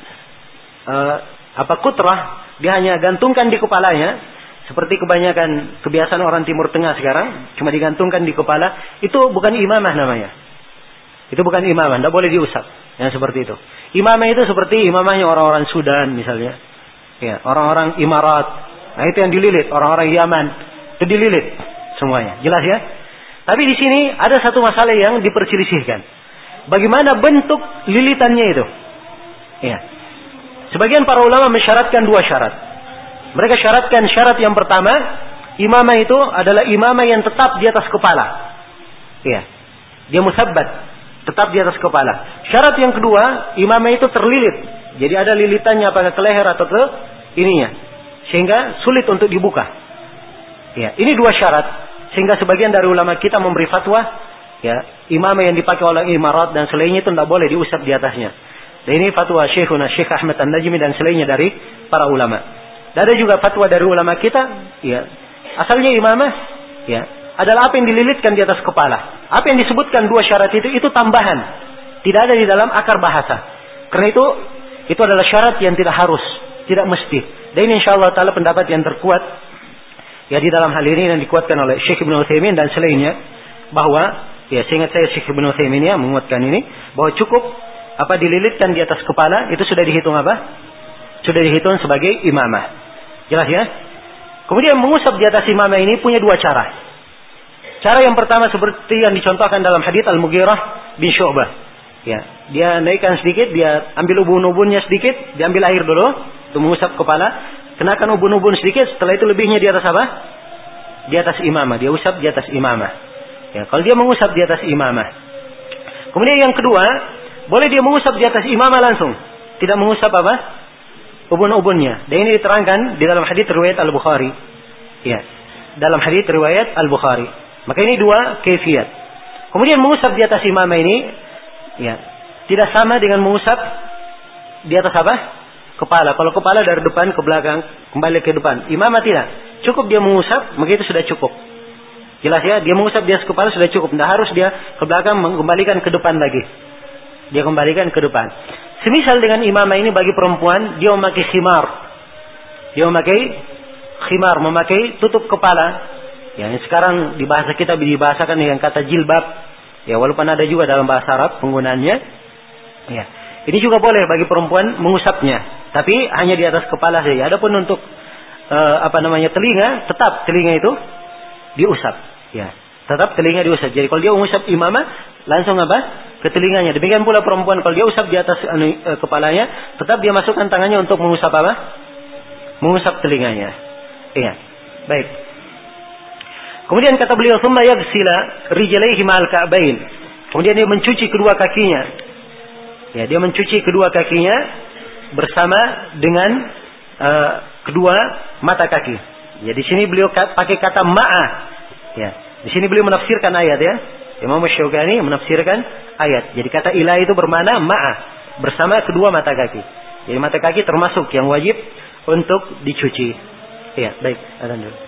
kutrah, dia hanya gantungkan di kepalanya. Seperti kebanyakan kebiasaan orang Timur Tengah sekarang, cuma digantungkan di kepala, itu bukan imamah namanya. Itu bukan imamah, tidak boleh diusap. Yang seperti itu. Imamah itu seperti imamahnya orang-orang Sudan misalnya. Ya, orang-orang Imarat. Nah, itu yang dililit, orang-orang Yaman. Itu dililit semuanya. Jelas ya? Tapi di sini ada satu masalah yang diperselisihkan. Bagaimana bentuk lilitannya itu? Ya. Sebagian para ulama mensyaratkan dua syarat. Mereka syaratkan syarat yang pertama, imamah itu adalah imamah yang tetap di atas kepala. Ya. Dia musabbat, tetap di atas kepala. Syarat yang kedua, imamah itu terlilit. Jadi ada lilitannya apakah ke leher atau ke ininya. Sehingga sulit untuk dibuka. Ya, ini dua syarat. Sehingga sebagian dari ulama kita memberi fatwa, ya, imamah yang dipakai oleh Imarat dan selainnya itu tidak boleh diusap di atasnya. Dan ini fatwa Syekhuna Syekh Ahmad An-Najmi dan selainnya dari para ulama. Dan ada juga fatwa dari ulama kita, ya, asalnya imamah, ya, adalah apa yang dililitkan di atas kepala. Apa yang disebutkan dua syarat itu tambahan. Tidak ada di dalam akar bahasa. Karena itu adalah syarat yang tidak harus, tidak mesti. Dan ini insyaallah taala pendapat yang terkuat ya di dalam hal ini yang dikuatkan oleh Syekh Ibnu Utsaimin dan selainnya, bahwa ya seingat saya Syekh Ibnu Utsaimin ya menguatkan ini bahwa cukup apa dililitkan di atas kepala itu sudah dihitung apa? Sudah dihitung sebagai imamah. Jelas ya? Kemudian mengusap di atas imamah ini punya dua cara. Cara yang pertama seperti yang dicontohkan dalam hadits Al-Mughirah bin Syu'bah. Ya, dia naikkan sedikit, dia ambil ubun-ubunnya sedikit, diambil air dulu untuk mengusap kepala, kenakan ubun-ubun sedikit, setelah itu lebihnya di atas apa? Di atas imamah, dia usap di atas imamah. Ya, kalau dia mengusap di atas imamah. Kemudian yang kedua, boleh dia mengusap di atas imamah langsung, tidak mengusap apa? Ubun-ubunnya. Dan ini diterangkan di dalam hadits riwayat Al-Bukhari. Ya, dalam hadits riwayat Al-Bukhari. Maka ini dua kaifiat. Kemudian mengusap di atas imamah ini, ya, tidak sama dengan mengusap di atas apa? Kepala. Kalau kepala dari depan ke belakang, kembali ke depan. Imamah tidak. Cukup dia mengusap, maka itu sudah cukup. Jelas ya? Dia mengusap di atas kepala sudah cukup. Tidak harus dia ke belakang mengembalikan ke depan lagi. Dia kembalikan ke depan. Semisal dengan imamah ini bagi perempuan, dia memakai khimar. Dia memakai khimar, memakai tutup kepala. Yang sekarang di bahasa kita dibahasakan dengan kata jilbab. Ya, walaupun ada juga dalam bahasa Arab penggunaannya. Ya. Ini juga boleh bagi perempuan mengusapnya, tapi hanya di atas kepala saja. Adapun untuk telinga, tetap telinga itu diusap. Ya, tetap telinga diusap. Jadi kalau dia mengusap imamah, langsung apa? Ke telinganya. Demikian pula perempuan kalau dia usap di atas kepalanya, tetap dia masukkan tangannya untuk mengusap apa? Mengusap telinganya. Iya. Baik. Kemudian kata beliau, "Tsumma yaghsila rijlaihi ma'al ka'bain." Kemudian dia mencuci kedua kakinya. Ya, dia mencuci kedua kakinya bersama dengan kedua mata kaki. Ya, di sini beliau pakai kata ma'a. Ya, di sini beliau menafsirkan ayat ya. Imam Syaukani menafsirkan ayat. Jadi kata ila itu bermakna ma'a, bersama kedua mata kaki. Jadi mata kaki termasuk yang wajib untuk dicuci. Ya, baik. Alhamdulillah.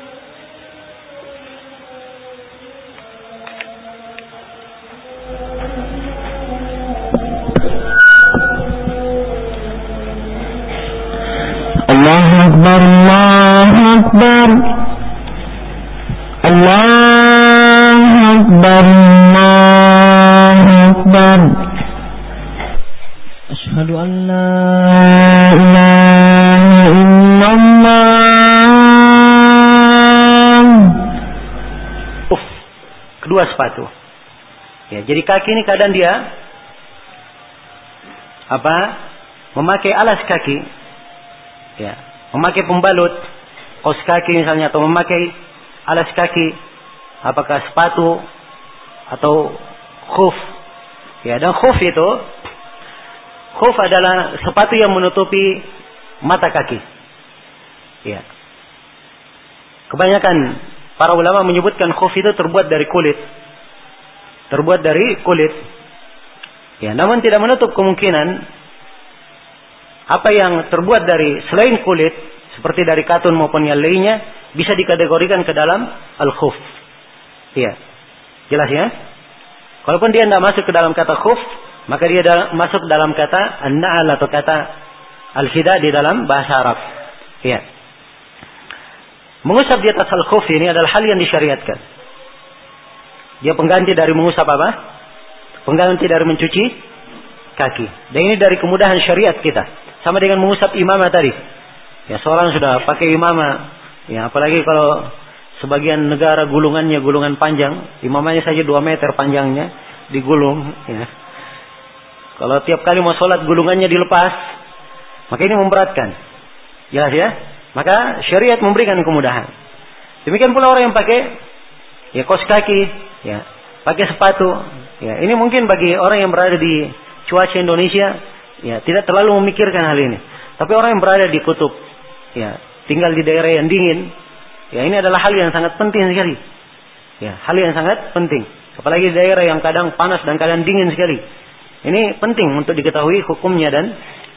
Allahu Akbar, Allahu Akbar, Allahu Akbar, Allahu Akbar. Asyhadu an la ilaha illallah. Kedua sepatu. Ya, jadi kaki ini kadang dia apa? Memakai alas kaki. Ya, memakai pembalut kaos kaki misalnya, atau memakai alas kaki, apakah sepatu atau khuf. Ya, dan khuf adalah sepatu yang menutupi mata kaki. Ya. Kebanyakan para ulama menyebutkan khuf itu terbuat dari kulit. Terbuat dari kulit. Ya, namun tidak menutup kemungkinan apa yang terbuat dari selain kulit, seperti dari katun maupun yang lainnya, bisa dikategorikan ke dalam al-khuf. Iya. Jelas ya? Kalaupun dia tidak masuk ke dalam kata khuf, maka dia masuk dalam kata an-na'al atau kata al-hida di dalam bahasa Arab. Iya. Mengusap di atas al-khuf ini adalah hal yang disyariatkan. Dia pengganti dari mengusap apa? Pengganti dari mencuci kaki. Dan ini dari kemudahan syariat kita. Sama dengan mengusap imamah tadi. Ya, seorang sudah pakai imamah, ya apalagi kalau sebagian negara gulungannya gulungan panjang, imamahnya saja 2 meter panjangnya, digulung, ya. Kalau tiap kali mau sholat gulungannya dilepas, maka ini memberatkan. Jelas ya? Maka syariat memberikan kemudahan. Demikian pula orang yang pakai ya kaos kaki, ya, pakai sepatu, ya. Ini mungkin bagi orang yang berada di cuaca Indonesia, ya, tidak terlalu memikirkan hal ini. Tapi orang yang berada di kutub, ya, tinggal di daerah yang dingin, ya, ini adalah hal yang sangat penting sekali. Ya, hal yang sangat penting. Apalagi di daerah yang kadang panas dan kadang dingin sekali. Ini penting untuk diketahui hukumnya dan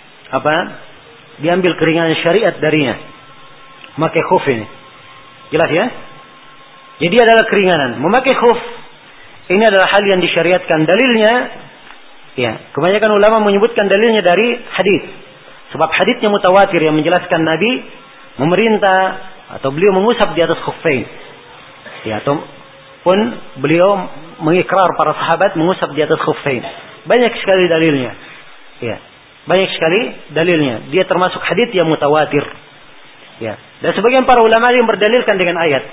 diambil keringanan syariat darinya. Memakai khuf ini. Jelas ya? Jadi adalah keringanan. Memakai khuf ini adalah hal yang disyariatkan. Dalilnya, ya, kebanyakan ulama menyebutkan dalilnya dari hadis. Sebab hadisnya mutawatir yang menjelaskan Nabi memerintah atau beliau mengusap di atas khuffain. Ya, ataupun beliau mengikrar para sahabat mengusap di atas khuffain. Banyak sekali dalilnya. Ya, banyak sekali dalilnya. Dia termasuk hadis yang mutawatir. Ya, dan sebagian para ulama yang berdalilkan dengan ayat.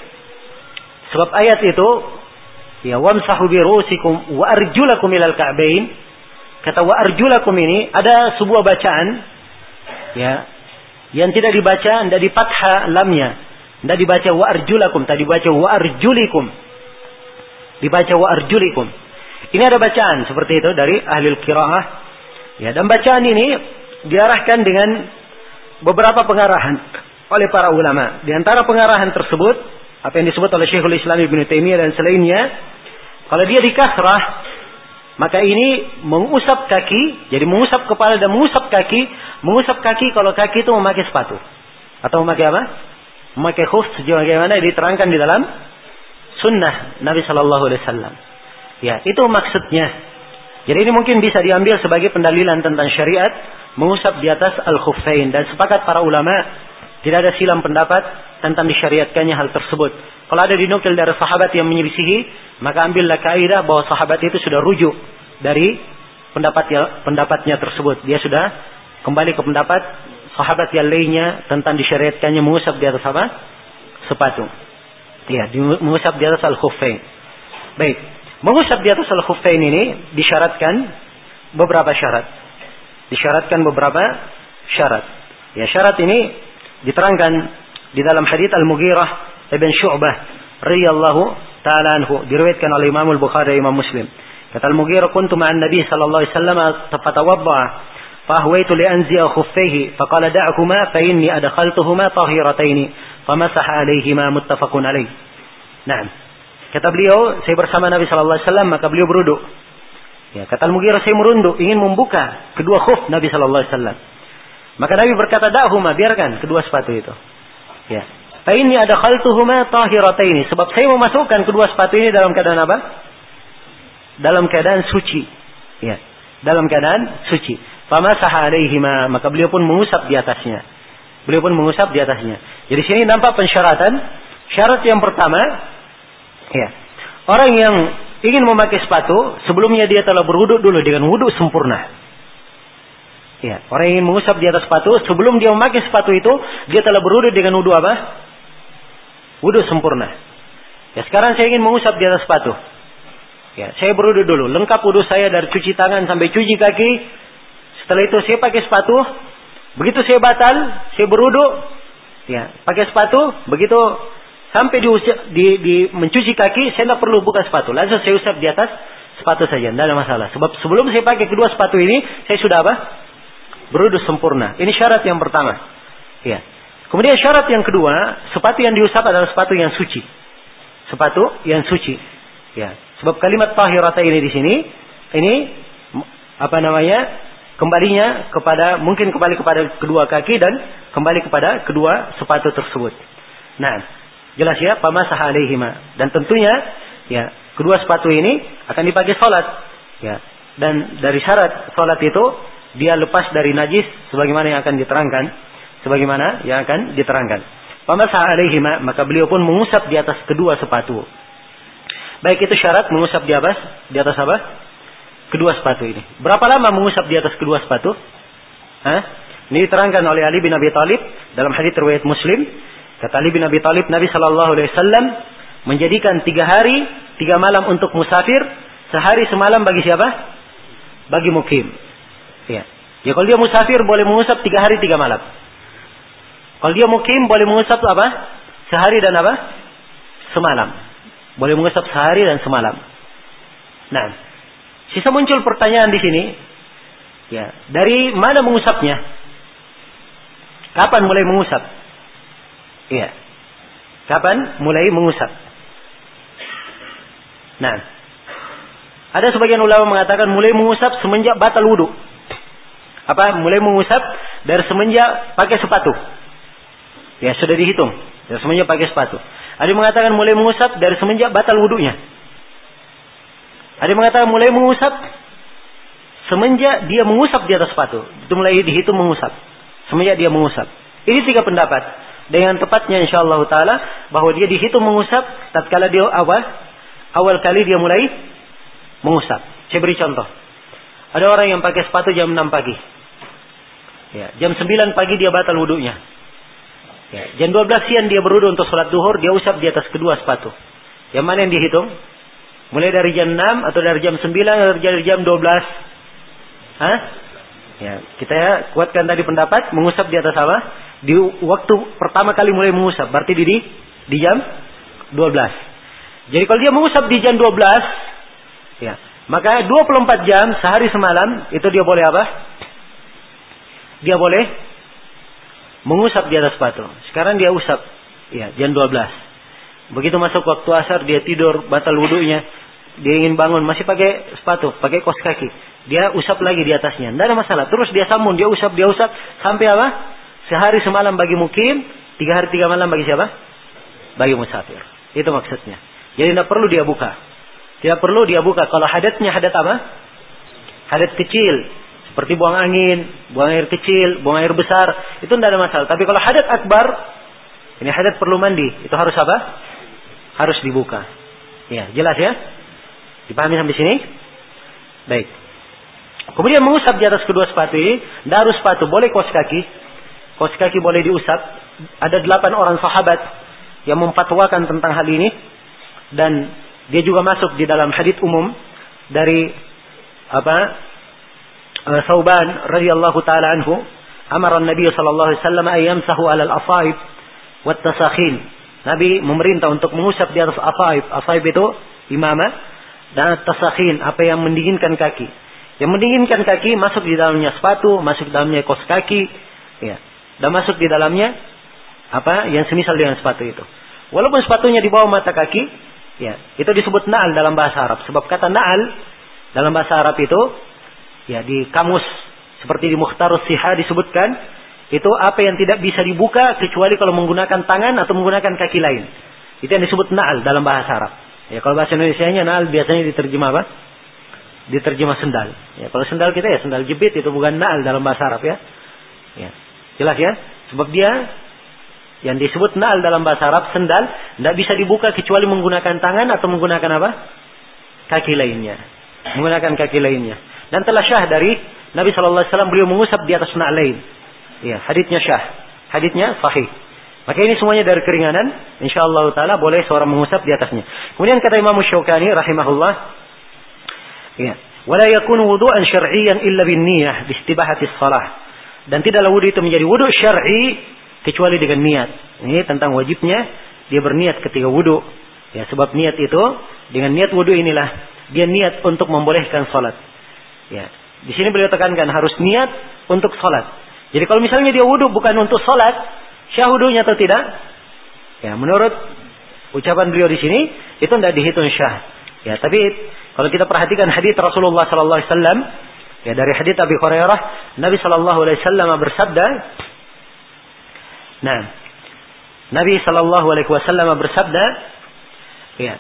Sebab ayat itu, ya, wamsahu bi ru'usikum wa arjulakum ilal ka'bain. Kata wa arjulakum ini ada sebuah bacaan, ya, yang tidak dibaca, tidak di fathah lamnya, tidak dibaca wa arjulakum, tadi dibaca wa arjulikum. Dibaca wa arjulikum. Ini ada bacaan seperti itu dari ahli qiraah. Ya, dan bacaan ini diarahkan dengan beberapa pengarahan oleh para ulama. Di antara pengarahan tersebut, apa yang disebut oleh Syekhul Islam Ibnu Taimiyah dan selainnya, kalau dia di kasrah, maka ini mengusap kaki, jadi mengusap kepala dan mengusap kaki. Mengusap kaki kalau kaki itu memakai sepatu. Atau memakai apa? Memakai khuf, sebagaimana diterangkan di dalam sunnah Nabi Sallallahu Alaihi Wasallam. Ya, itu maksudnya. Jadi ini mungkin bisa diambil sebagai pendalilan tentang syariat mengusap di atas al-khuffain. Dan sepakat para ulama, tidak ada silam pendapat tentang disyariatkannya hal tersebut. Kalau ada dinukil dari sahabat yang menyelisihi, maka ambillah kaidah bahwa sahabat itu sudah rujuk dari pendapatnya tersebut. Dia sudah kembali ke pendapat sahabat yang lainnya tentang disyariatkannya mengusap di atas apa? Sepatu. Ya, mengusap di atas al-khuffain. Baik. Mengusap di atas al-khuffain ini disyaratkan beberapa syarat. Disyaratkan beberapa syarat. Ya, syarat ini diterangkan di dalam hadits Al-Mughirah ibn Syu'bah radhiyallahu ta'ala anhu, diriwayatkan oleh Imam Al-Bukhari dan Imam Muslim. Kata Al-Mughirah, kuntu ma'an Nabi sallallahu alaihi wasallam fatawadda'a fa ahwaitu li anzi'a khuffaihi fa qala da'huma fa inni adkhaltuhuma tahirataini famasaha alaihima muttafaqun alaih. Naam. Kata beliau, saya bersama Nabi sallallahu alaihi wasallam, maka beliau berwudu. Ya, kata Al-Mughirah, saya merunduk ingin membuka kedua khuf Nabi sallallahu alaihi wasallam. Maka Nabi berkata, da'huma, biarkan kedua sepatu itu. Ya. Fa inni adkhaltuhuma tahirataini, sebab saya memasukkan kedua sepatu ini dalam keadaan apa? Dalam keadaan suci. Ya, dalam keadaan suci. Famasaha alaihima, maka beliau pun mengusap di atasnya. Beliau pun mengusap di atasnya. Jadi sini nampak pensyaratan. Syarat yang pertama, ya, orang yang ingin memakai sepatu, sebelumnya dia telah berwudu dulu dengan wudu sempurna. Ya, orang yang ingin mengusap di atas sepatu, sebelum dia memakai sepatu itu, dia telah berwudu dengan wudu apa? Wudu sempurna. Ya, sekarang saya ingin mengusap di atas sepatu. Ya, saya berwudu dulu, lengkap wudu saya dari cuci tangan sampai cuci kaki. Setelah itu saya pakai sepatu. Begitu saya batal, saya berwudu, ya, pakai sepatu, begitu sampai di mencuci kaki, saya tidak perlu buka sepatu. Langsung saya usap di atas sepatu saja, tidak ada masalah. Sebab sebelum saya pakai kedua sepatu ini, saya sudah apa? Berwudu sempurna. Ini syarat yang pertama. Ya. Kemudian syarat yang kedua, sepatu yang diusap adalah sepatu yang suci. Sepatu yang suci. Ya. Sebab kalimat tahirata ini di sini, ini apa namanya? Kembalinya kepada, mungkin kembali kepada kedua kaki dan kembali kepada kedua sepatu tersebut. Nah, jelas ya, pamasaha alaihima. Dan tentunya, ya, kedua sepatu ini akan dipakai salat. Ya. Dan dari syarat salat itu, dia lepas dari najis sebagaimana yang akan diterangkan. Sebagaimana yang akan diterangkan. Pamasaha alaihima, maka beliau pun mengusap di atas kedua sepatu. Baik, itu syarat mengusap di atas apa? Kedua sepatu ini. Berapa lama mengusap di atas kedua sepatu? Ini diterangkan oleh Ali bin Abi Thalib dalam hadits riwayat Muslim. Kata Ali bin Abi Thalib, Nabi sallallahu alaihi wasallam menjadikan 3 hari 3 malam untuk musafir, sehari semalam bagi siapa? Bagi mukim. Ya. Ya kalau dia musafir boleh mengusap 3 hari 3 malam. Kalau dia mukim boleh mengusap apa? Sehari dan apa? Semalam. Boleh mengusap sehari dan semalam. Nah, sisa muncul pertanyaan di sini. Ya, dari mana mengusapnya? Kapan mulai mengusap? Iya. Kapan mulai mengusap? Nah, ada sebagian ulama mengatakan mulai mengusap semenjak batal wudu. Mulai mengusap dari semenjak pakai sepatu. Ya, sudah dihitung. Dari semenjak pakai sepatu. Ada yang mengatakan mulai mengusap dari semenjak batal wudunya. Ada yang mengatakan mulai mengusap semenjak dia mengusap di atas sepatu. Itu mulai dihitung mengusap. Semenjak dia mengusap. Ini 3 pendapat. Dengan tepatnya insyaallah ta'ala bahwa dia dihitung mengusap tatkala dia awal kali dia mulai mengusap. Saya beri contoh. Ada orang yang pakai sepatu jam 6 pagi. Ya, jam 9 pagi dia batal wudunya. Ya, jam 12 siang dia berwudu untuk sholat duhur, dia usap di atas kedua sepatu. Yang mana yang dihitung? Mulai dari jam 6 atau dari jam 9 atau dari jam 12? Hah? Ya, kita kuatkan tadi pendapat mengusap di atas apa? Di waktu pertama kali mulai mengusap, berarti di jam 12. Jadi kalau dia mengusap di jam 12, ya, maka 24 jam sehari semalam itu dia boleh apa? Dia boleh mengusap di atas sepatu. Sekarang dia usap, ya, jam 12. Begitu masuk waktu asar dia tidur, batal wudunya. Dia ingin bangun masih pakai sepatu, pakai kaos kaki. Dia usap lagi di atasnya. Tidak ada masalah. Terus dia sambung, dia usap sampai apa? Sehari semalam bagi mukim, 3 hari 3 malam bagi siapa? Bagi musafir. Itu maksudnya. Jadi tidak perlu dia buka. Tidak perlu dia buka. Kalau hadatnya hadat apa? Hadat kecil. Seperti buang angin, buang air kecil, buang air besar. Itu tidak ada masalah. Tapi kalau hadat akbar, ini hadat perlu mandi. Itu harus apa? Harus dibuka. Ya, jelas ya? Dipahami sampai sini? Baik. Kemudian mengusap di atas kedua sepatu ini. Tidak harus sepatu, boleh kaos kaki. Kaos kaki boleh diusap. Ada 8 orang sahabat yang memfatwakan tentang hal ini. Dan dia juga masuk di dalam hadits umum dari Thauban radhiyallahu taala anhu, amara Nabi sallallahu alaihi wasallam ay yamsahu 'ala al-asaib wat tasakhin. Nabi memerintah untuk mengusap di atas asaib. Asaib itu imamah, dan tasakhin apa yang mendinginkan kaki. Yang mendinginkan kaki masuk di dalamnya sepatu, masuk di dalamnya kaos kaki, ya. Dan masuk di dalamnya apa yang semisal dengan sepatu itu. Walaupun sepatunya di bawah mata kaki, ya, itu disebut na'al dalam bahasa Arab. Sebab kata na'al dalam bahasa Arab itu, ya, di kamus seperti di Mukhtarus Siha disebutkan itu apa yang tidak bisa dibuka kecuali kalau menggunakan tangan atau menggunakan kaki lain. Itu yang disebut na'al dalam bahasa Arab. Ya, kalau bahasa Indonesianya na'al biasanya diterjemah apa? Diterjemah sendal. Ya, kalau sendal kita ya sendal jepit, itu bukan na'al dalam bahasa Arab ya. Ya, jelas ya? Sebab dia yang disebut na'al dalam bahasa Arab sendal tidak bisa dibuka kecuali menggunakan tangan atau menggunakan apa? Kaki lainnya. Menggunakan kaki lainnya. Dan telah syah dari Nabi sallallahu alaihi wasallam beliau mengusap di atas na'lain. Ya, haditsnya syah. Haditsnya sahih. Maka ini semuanya dari keringanan, insyaallah taala boleh seorang mengusap di atasnya. Kemudian kata Imam Syaukani rahimahullah, ya, wala yakunu wudu'an syar'iyyan illa bin niyyah bi istibahati shalah. Dan tidaklah wudu itu menjadi wudu syar'i kecuali dengan niat. Ini tentang wajibnya dia berniat ketika wudu. Ya, sebab niat itu dengan niat wudu inilah dia niat untuk membolehkan salat. Ya, di sini beliau tekankan harus niat untuk salat. Jadi kalau misalnya dia wudu bukan untuk salat, syah wudunya atau tidak? Ya, menurut ucapan beliau di sini itu tidak dihitung syah. Ya, tapi kalau kita perhatikan hadits Rasulullah sallallahu alaihi wasallam, ya, dari hadits Abi Hurairah, Nabi sallallahu alaihi wasallam bersabda, nah, Nabi sallallahu alaihi wasallam bersabda, ya,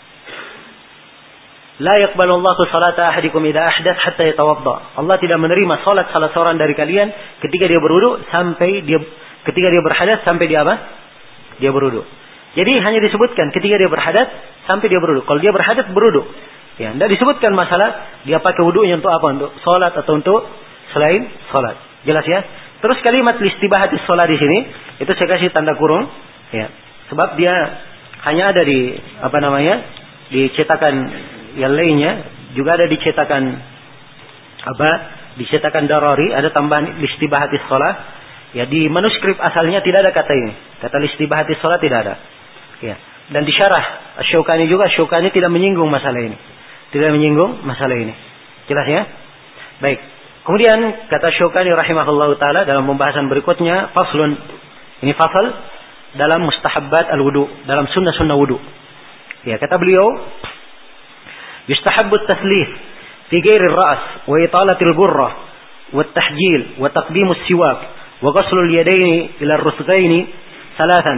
la yaqbalu Allahu salata ahadikum idza ahdath hatta yatawadda. Allah tidak menerima salat salah seorang dari kalian ketika dia berwudu ketika dia berhadas sampai dia apa? Dia berwudu. Jadi hanya disebutkan ketika dia berhadas sampai dia berwudu. Kalau dia berhadas berwudu. Ya, tidak disebutkan masalah dia pakai wudunya untuk apa? Untuk salat atau untuk selain salat. Jelas ya? Terus kalimat listibahatis shalah di sini itu saya kasih tanda kurung, ya. Sebab dia hanya ada di di cetakan yang lainnya, juga ada di cetakan di cetakan Darari ada tambahan listibahatis shalah. Ya, di manuskrip asalnya tidak ada kata ini. Kata listibahatis shalah tidak ada. Ya. Dan di syarah Asy-Syaukani juga, Asy-Syaukani tidak menyinggung masalah ini. Tidak menyinggung masalah ini. Jelas ya? Baik. Kemudian kata Syaukani rahimahullahu taala dalam pembahasan berikutnya, faslun. Ini fasal dalam mustahabbat al-wudu, dalam sunnah-sunnah wudu. Ya, kata beliau, yustahabbu at-tathlith fi ghairi ar-ra's wa italatil ghurrah wa at-tahjil wa taqdimu as-siwak wa ghaslu al-yadaini ila ar-rusghaini thalathan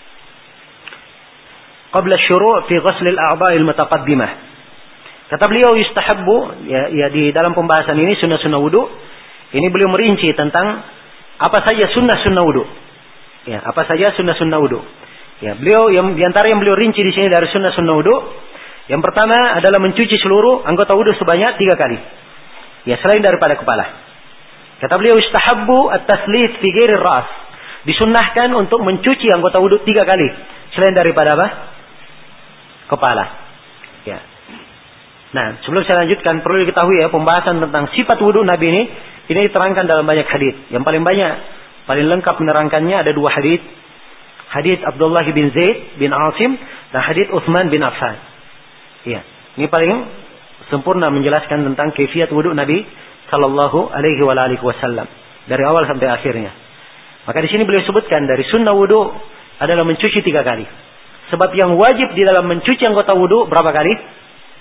qabla asy-syuru' fi ghasl al-a'dha'i al-mutaqaddimah. Kata beliau yustahabbu, ya di dalam pembahasan ini sunnah-sunnah wudu, ini beliau merinci tentang apa saja sunnah-sunnah wudu. Ya, apa saja sunnah-sunnah wudu. Ya, beliau yang di antara yang beliau rinci di sini dari sunnah-sunnah wudu, yang pertama adalah mencuci seluruh anggota wudu sebanyak 3 kali. Ya, selain daripada kepala. Kata beliau yustahabbu at-tatslits fi ghairi ar-ra's. Disunnahkan untuk mencuci anggota wudu 3 kali selain daripada apa? Kepala. Ya. Nah, sebelum saya lanjutkan, perlu diketahui ya, pembahasan tentang sifat wudu Nabi ini diterangkan dalam banyak hadis. Yang paling banyak, paling lengkap menerangkannya ada 2 hadis. Hadis Abdullah bin Zaid bin Asim dan hadis Utsman bin Affan. Ya, ini paling sempurna menjelaskan tentang kaifiyat wudu Nabi sallallahu alaihi wasallam dari awal sampai akhirnya. Maka di sini beliau sebutkan dari sunnah wudu adalah mencuci 3 kali. Sebab yang wajib di dalam mencuci anggota wudu berapa kali?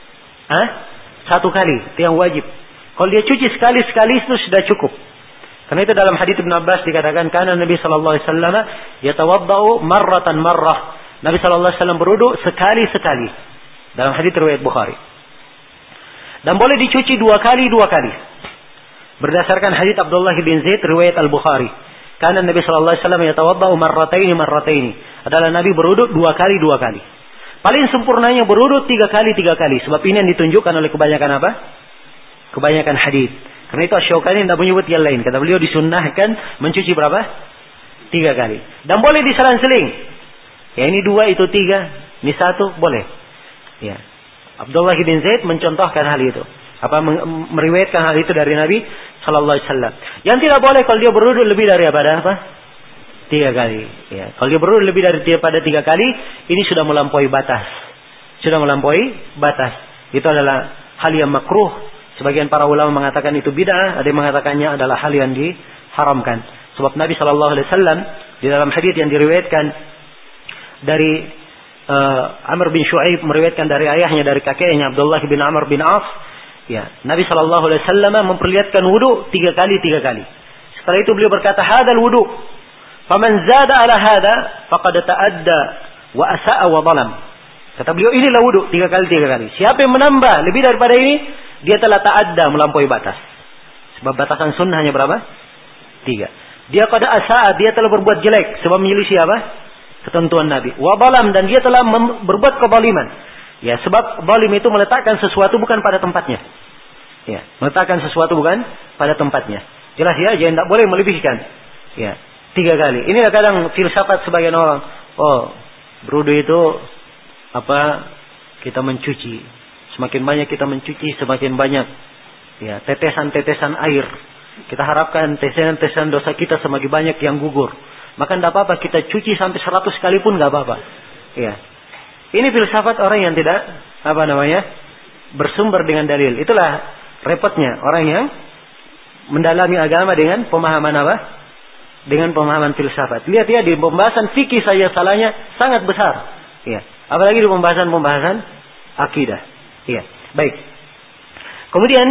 1 kali, itu yang wajib. Kalau dia cuci sekali-sekali itu sudah cukup. Karena itu dalam hadits Ibnu Abbas dikatakan kana Nabi sallallahu alaihi wasallam yatawaddau marratan marrah. Nabi sallallahu alaihi wasallam berwudu sekali-sekali. Dalam hadits riwayat Bukhari. Dan boleh dicuci 2 kali. Berdasarkan hadits Abdullah bin Zaid riwayat Al-Bukhari. Kana Nabi sallallahu alaihi wasallam yatawaddau marrataini. Adalah Nabi berwudu 2 kali. Paling sempurnanya berwudu 3 kali. Sebab ini yang ditunjukkan oleh kebanyakan apa? Kebanyakan hadis. Karena itu Asy-Syaukani tidak menyebut yang lain. Kata beliau disunnahkan mencuci berapa? 3 kali. Dan boleh diselang-seling. Ya, ini 2, itu 3. Ini 1, boleh. Ya. Abdullah bin Zaid mencontohkan hal itu. Meriwayatkan hal itu dari Nabi sallallahu alaihi wasallam. Yang tidak boleh kalau dia berwudu lebih daripada apa? 3 kali. Ya. Kalau dia berwudu lebih daripada 3 kali, ini sudah melampaui batas. Itu adalah hal yang makruh. Sebagian para ulama mengatakan itu bid'ah, ada yang mengatakannya adalah hal yang diharamkan. Sebab Nabi sallallahu alaihi wasallam di dalam hadis yang diriwayatkan dari Amr bin Shu'aib meriwayatkan dari ayahnya dari kakeknya Abdullah bin Amr bin Auf, ya, Nabi sallallahu alaihi wasallam memperlihatkan wudu 3 kali. Setelah itu beliau berkata, "Hadzal wudu. Faman zada ala hada faqad ta'adda wa asa'a wa zalam." Kata beliau, inilah wudu 3 kali. Siapa yang menambah lebih daripada ini, dia telah ta'adda, melampaui batas. Sebab batasan sunnah hanya berapa? 3. Dia qad asa'a, dia telah berbuat jelek sebab menyelisih apa? Ketentuan Nabi. Wa zalam, dan dia telah berbuat kezaliman. Ya, sebab zalim itu meletakkan sesuatu bukan pada tempatnya. Ya, meletakkan sesuatu bukan pada tempatnya. Jelas ya, jangan tidak boleh melebihkan. Ya. 3 kali. Inilah kadang filsafat sebagian orang. Oh, berwudu itu kita mencuci. Semakin banyak kita mencuci, semakin banyak ya tetesan-tetesan air. Kita harapkan tetesan dosa kita semakin banyak yang gugur. Maka tidak apa-apa kita cuci sampai 100 kali pun tidak apa-apa. Ya. Ini filsafat orang yang tidak bersumber dengan dalil. Itulah repotnya orang yang mendalami agama dengan pemahaman apa? Dengan pemahaman filsafat. Lihat ya, di pembahasan fikih saja salahnya sangat besar. Ya. Apalagi di pembahasan akidah. Ya. Baik. Kemudian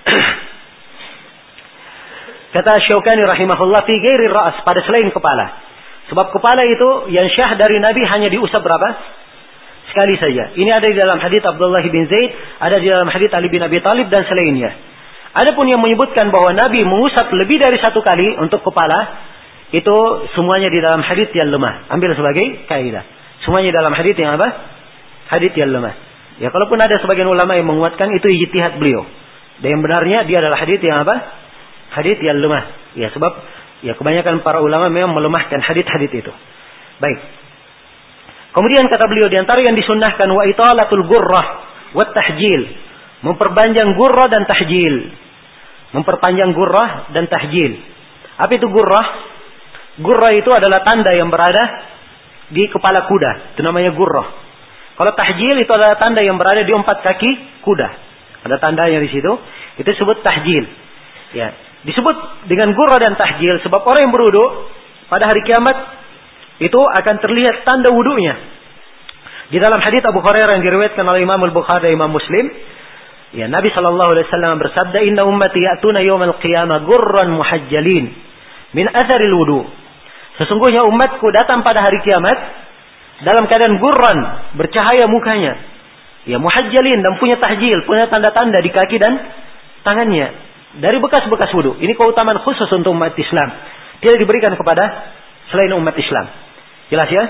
kata Syaukani rahimahullah fi ghairi ra's, pada selain kepala. Sebab kepala itu yang syah dari Nabi hanya diusap berapa? Sekali saja. Ini ada di dalam hadits Abdullah bin Zaid, ada di dalam hadits Ali bin Abi Thalib dan selainnya. Adapun yang menyebutkan bahwa Nabi mengusap lebih dari 1 kali untuk kepala, itu semuanya di dalam hadits yang lemah. Ambil sebagai kaidah. Semuanya dalam hadits yang apa? Hadits yang lemah. Ya, kalaupun ada sebagian ulama yang menguatkan, itu ijtihad beliau. Dan yang benarnya dia adalah hadits yang apa? Hadits yang lemah. Ya, sebab Ya, kebanyakan para ulama memang melemahkan hadits-hadits itu. Baik. Kemudian kata beliau, di antara yang disunnahkan wa italatul gurrah wa tahjil. Memperpanjang gurrah dan tahjil. Memperpanjang gurrah dan tahjil. Apa itu gurrah? Gurrah itu adalah tanda yang berada di kepala kuda. Itu namanya gurrah. Kalau tahjil itu adalah tanda yang berada di 4 kaki kuda. Ada tandanya di situ. Itu disebut tahjil. Ya. Disebut dengan gurrah dan tahjil sebab orang yang berwudu pada hari kiamat itu akan terlihat tanda wudunya. Di dalam hadits Abu Hurairah yang diriwayatkan oleh Imam Al-Bukhari dan Imam Muslim, ya, Nabi sallallahu alaihi wasallam bersabda, "Inna ummati ya'tuna yaumal qiyamah gurran muhajjalin min atharil wudu." Sesungguhnya umatku datang pada hari kiamat dalam keadaan gurran, bercahaya mukanya. Ya, muhajjalin, dan punya tahjil, punya tanda-tanda di kaki dan tangannya. Dari bekas-bekas wudu. Ini keutamaan khusus untuk umat Islam. Tidak diberikan kepada selain umat Islam. Jelas ya?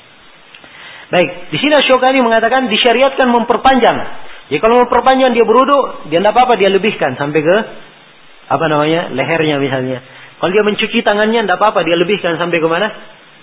Baik. Di sini Syukani mengatakan disyariatkan memperpanjang. Jadi kalau memperpanjang dia berwudu, dia tidak apa-apa, dia lebihkan sampai ke lehernya misalnya. Kalau dia mencuci tangannya tidak apa-apa, dia lebihkan sampai ke mana?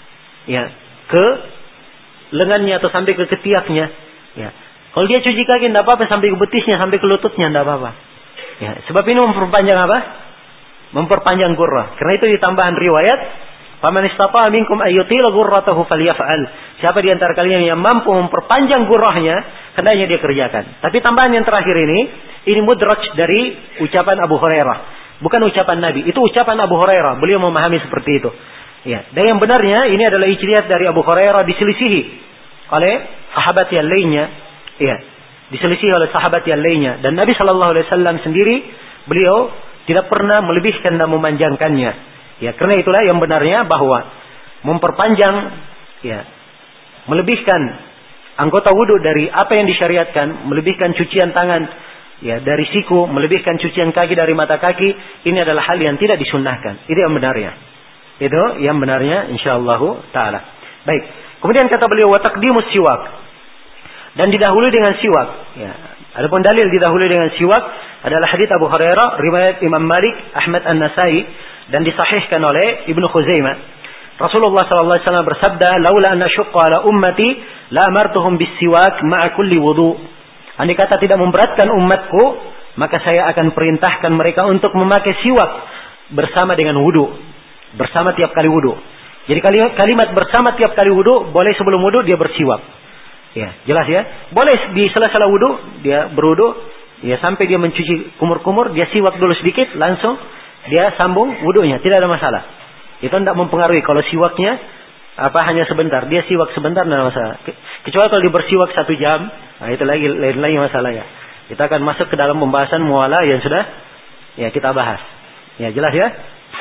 Ya, ke lengannya atau sampai ke ketiaknya. Ya. Kalau dia cuci kaki tidak apa-apa, sampai ke betisnya, sampai ke lututnya tidak apa-apa. Ya, sebab ini memperpanjang apa? Memperpanjang gurrah. Karena itu ditambahan riwayat, "Faman istata'a minkum ayyutila gurratahu falyaf'al." Siapa di antara kalian yang mampu memperpanjang gurrahnya, hendaknya dia kerjakan. Tapi tambahan yang terakhir ini mudraj dari ucapan Abu Hurairah. Bukan ucapan Nabi, itu ucapan Abu Hurairah. Beliau memahami seperti itu. Ya, dan yang benarnya ini adalah ijtihad dari Abu Hurairah, diselisihi oleh sahabat yang lainnya. Ya. Diselisih oleh sahabat yang lainnya, dan Nabi Shallallahu Alaihi Wasallam sendiri beliau tidak pernah melebihkan dan memanjangkannya. Ya, karena itulah yang benarnya bahwa memperpanjang, ya, melebihkan anggota wudu dari apa yang disyariatkan, melebihkan cucian tangan, ya, dari siku, melebihkan cucian kaki dari mata kaki, ini adalah hal yang tidak disunnahkan. Itu yang benarnya. Itu yang benarnya, insyaallah taala. Baik. Kemudian kata beliau, wa taqdimus siwak. Dan didahului dengan siwak. Ya. Adapun dalil didahului dengan siwak adalah hadits Abu Hurairah, riwayat Imam Malik, Ahmad An-Nasai, dan disahihkan oleh Ibnu Khuzaimah. Rasulullah sallallahu alaihi wasallam bersabda, "Laula an asyqa ala ummati la amartuhum bis-siwak ma'a kulli wudu." Andai kata tidak memberatkan umatku, maka saya akan perintahkan mereka untuk memakai siwak bersama dengan wudu, bersama tiap kali wudu. Jadi kalimat bersama tiap kali wudu, boleh sebelum wudu dia bersiwak. Ya, jelas ya. Boleh di sela-sela wudu dia berwudu, ya, sampai dia mencuci kumur-kumur, dia siwak dulu sedikit, langsung dia sambung wudunya, tidak ada masalah. Itu tidak mempengaruhi kalau siwaknya hanya sebentar, dia siwak sebentar tidak ada masalah. Kecuali kalau dia bersiwak 1 jam, nah itu lain lagi masalahnya. Kita akan masuk ke dalam pembahasan muwalah yang sudah ya kita bahas. Ya, jelas ya.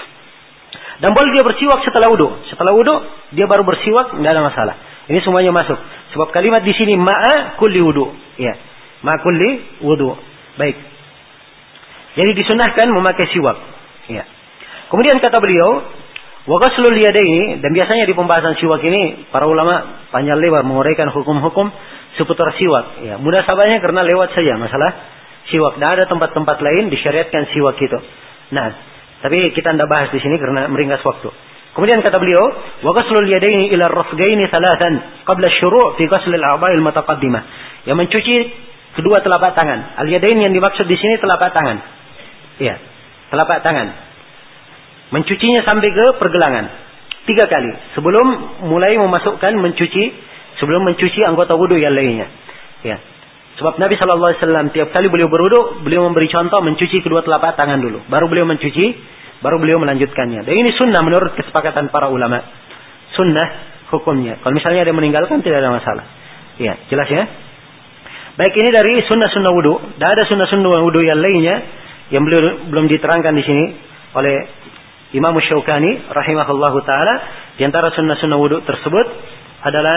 Dan boleh dia bersiwak setelah wudu. Setelah wudu dia baru bersiwak, tidak ada masalah. Ini semuanya masuk. Sebab kalimat di sini ma'a kulli wudu. Ya. Ma'a kulli wudu. Baik. Jadi disunahkan memakai siwak. Ya. Kemudian kata beliau, wa ghuslul yadaini, dan biasanya di pembahasan siwak ini para ulama panjang lebar menguraikan hukum-hukum seputar siwak. Ya, mudah sabarnya karena lewat saja masalah siwak. Dan ada tempat-tempat lain disyariatkan siwak itu. Nah, tapi kita tidak bahas di sini karena meringkas waktu. Kemudian kata beliau, wa ghuslul yadaini ila ar-rafgaini thalathan qabla asy-syuru' fi ghusl al-a'dha'i al-mutaqaddimah. Yang mencuci kedua telapak tangan. Al-yadain yang dimaksud di sini telapak tangan. Ya, telapak tangan. Mencucinya sampai ke pergelangan 3 kali sebelum mulai memasukkan sebelum mencuci anggota wudu yang lainnya. Ya. Sebab Nabi sallallahu alaihi wasallam tiap kali beliau berwudu, beliau memberi contoh mencuci kedua telapak tangan dulu, baru beliau melanjutkannya. Dan ini sunnah menurut kesepakatan para ulama. Sunnah hukumnya. Kalau misalnya ada meninggalkan tidak ada masalah. Ya, jelas ya. Baik, ini dari sunnah-sunnah wudu. Dan ada sunnah-sunnah wudu yang lainnya yang belum diterangkan di sini oleh Imam Syaukani rahimahullahu taala. Di antara sunnah-sunnah wudu tersebut adalah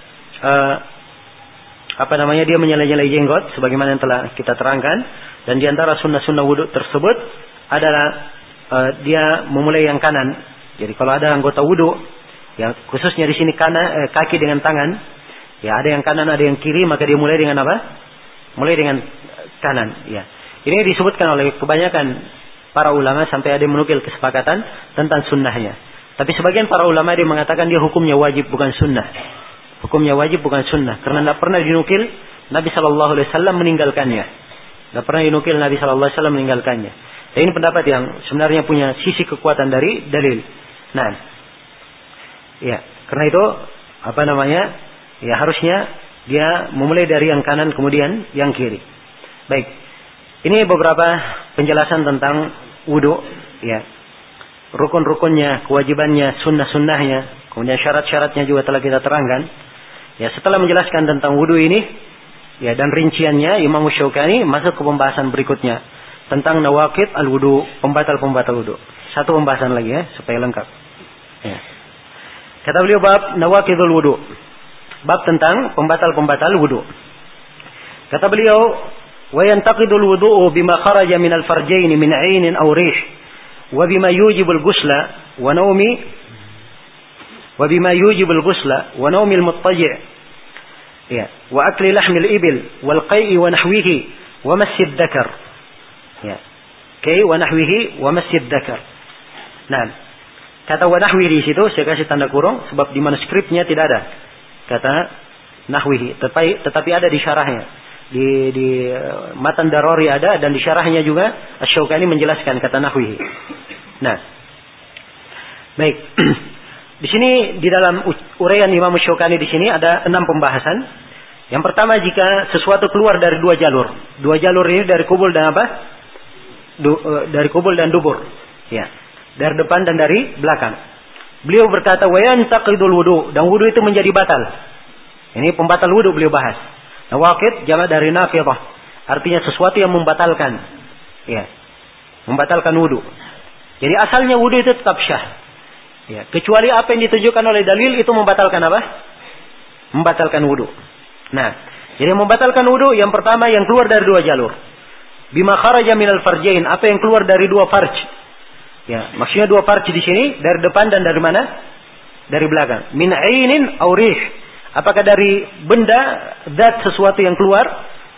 dia menyela-nyelai jenggot sebagaimana yang telah kita terangkan. Dan di antara sunnah-sunnah wudu tersebut adalah dia memulai yang kanan. Jadi kalau ada anggota wudu, yang khususnya di sini kaki dengan tangan, ya ada yang kanan ada yang kiri, maka dia mulai dengan apa? Mulai dengan kanan. Ya. Ini disebutkan oleh kebanyakan para ulama sampai ada yang menukil kesepakatan tentang sunnahnya. Tapi sebagian para ulama dia mengatakan dia hukumnya wajib bukan sunnah. Hukumnya wajib bukan sunnah karena tidak pernah dinukil Nabi Shallallahu Alaihi Wasallam meninggalkannya. Tidak pernah dinukil Nabi Shallallahu Alaihi Wasallam meninggalkannya. Dan ini pendapat yang sebenarnya punya sisi kekuatan dari dalil. Nah, ya karena itu ya harusnya dia memulai dari yang kanan kemudian yang kiri. Baik, ini beberapa penjelasan tentang wudu, ya, rukun-rukunnya, kewajibannya, sunnah-sunnahnya, kemudian syarat-syaratnya juga telah kita terangkan. Ya, setelah menjelaskan tentang wudu ini, ya, dan rinciannya, Imam Syaukani masuk ke pembahasan berikutnya tentang nawaqid al-wudu, pembatal-pembatal wudu. Satu pembahasan lagi ya, supaya lengkap. Ya. Kata beliau bab nawaqidul wudu. Bab tentang pembatal-pembatal wudu. Kata beliau, wa yantaqidul wudu'u bima kharaja min al-farjayn min 'ainin aw rih wa bima yujibul ghusla wa nawmi al-muttaji', ya, wa akli lahmil ibil wal qai'i wa nahwihi wa masjid dzakar, ya, kai wa nahwihi wa masjid dzakar. Nah, kata wa nahwihi di situ saya kasih tanda kurung sebab di manuskripnya tidak ada kata nahwihi, tetapi ada di syarahnya. Di matan Darari ada dan di syarahnya juga Asy-Syaukani menjelaskan kata nahwihi. Nah, baik. Di sini di dalam uraian Imam Syaukani di sini ada 6 pembahasan. Yang pertama, jika sesuatu keluar dari 2 jalur. 2 jalur ini dari kubul dan apa? Dari kubul dan dubur. Ya. Dari depan dan dari belakang. Beliau berkata wa yantaqidul wudu, dan wudu itu menjadi batal. Ini pembatal wudu beliau bahas. Nawaqid jamak dari naqidah. Artinya sesuatu yang membatalkan. Ya. Membatalkan wudu. Jadi asalnya wudu itu tetap syah. Ya, kecuali apa yang ditunjukkan oleh dalil itu membatalkan apa? Membatalkan wudu. Nah, jadi membatalkan wudu yang pertama yang keluar dari 2 jalur. Bima kharaja minal farjain, apa yang keluar dari 2 farj. Ya, maksudnya 2 farj di sini dari depan dan dari mana? Dari belakang. Min ainin aw rih. Apakah dari benda, zat sesuatu yang keluar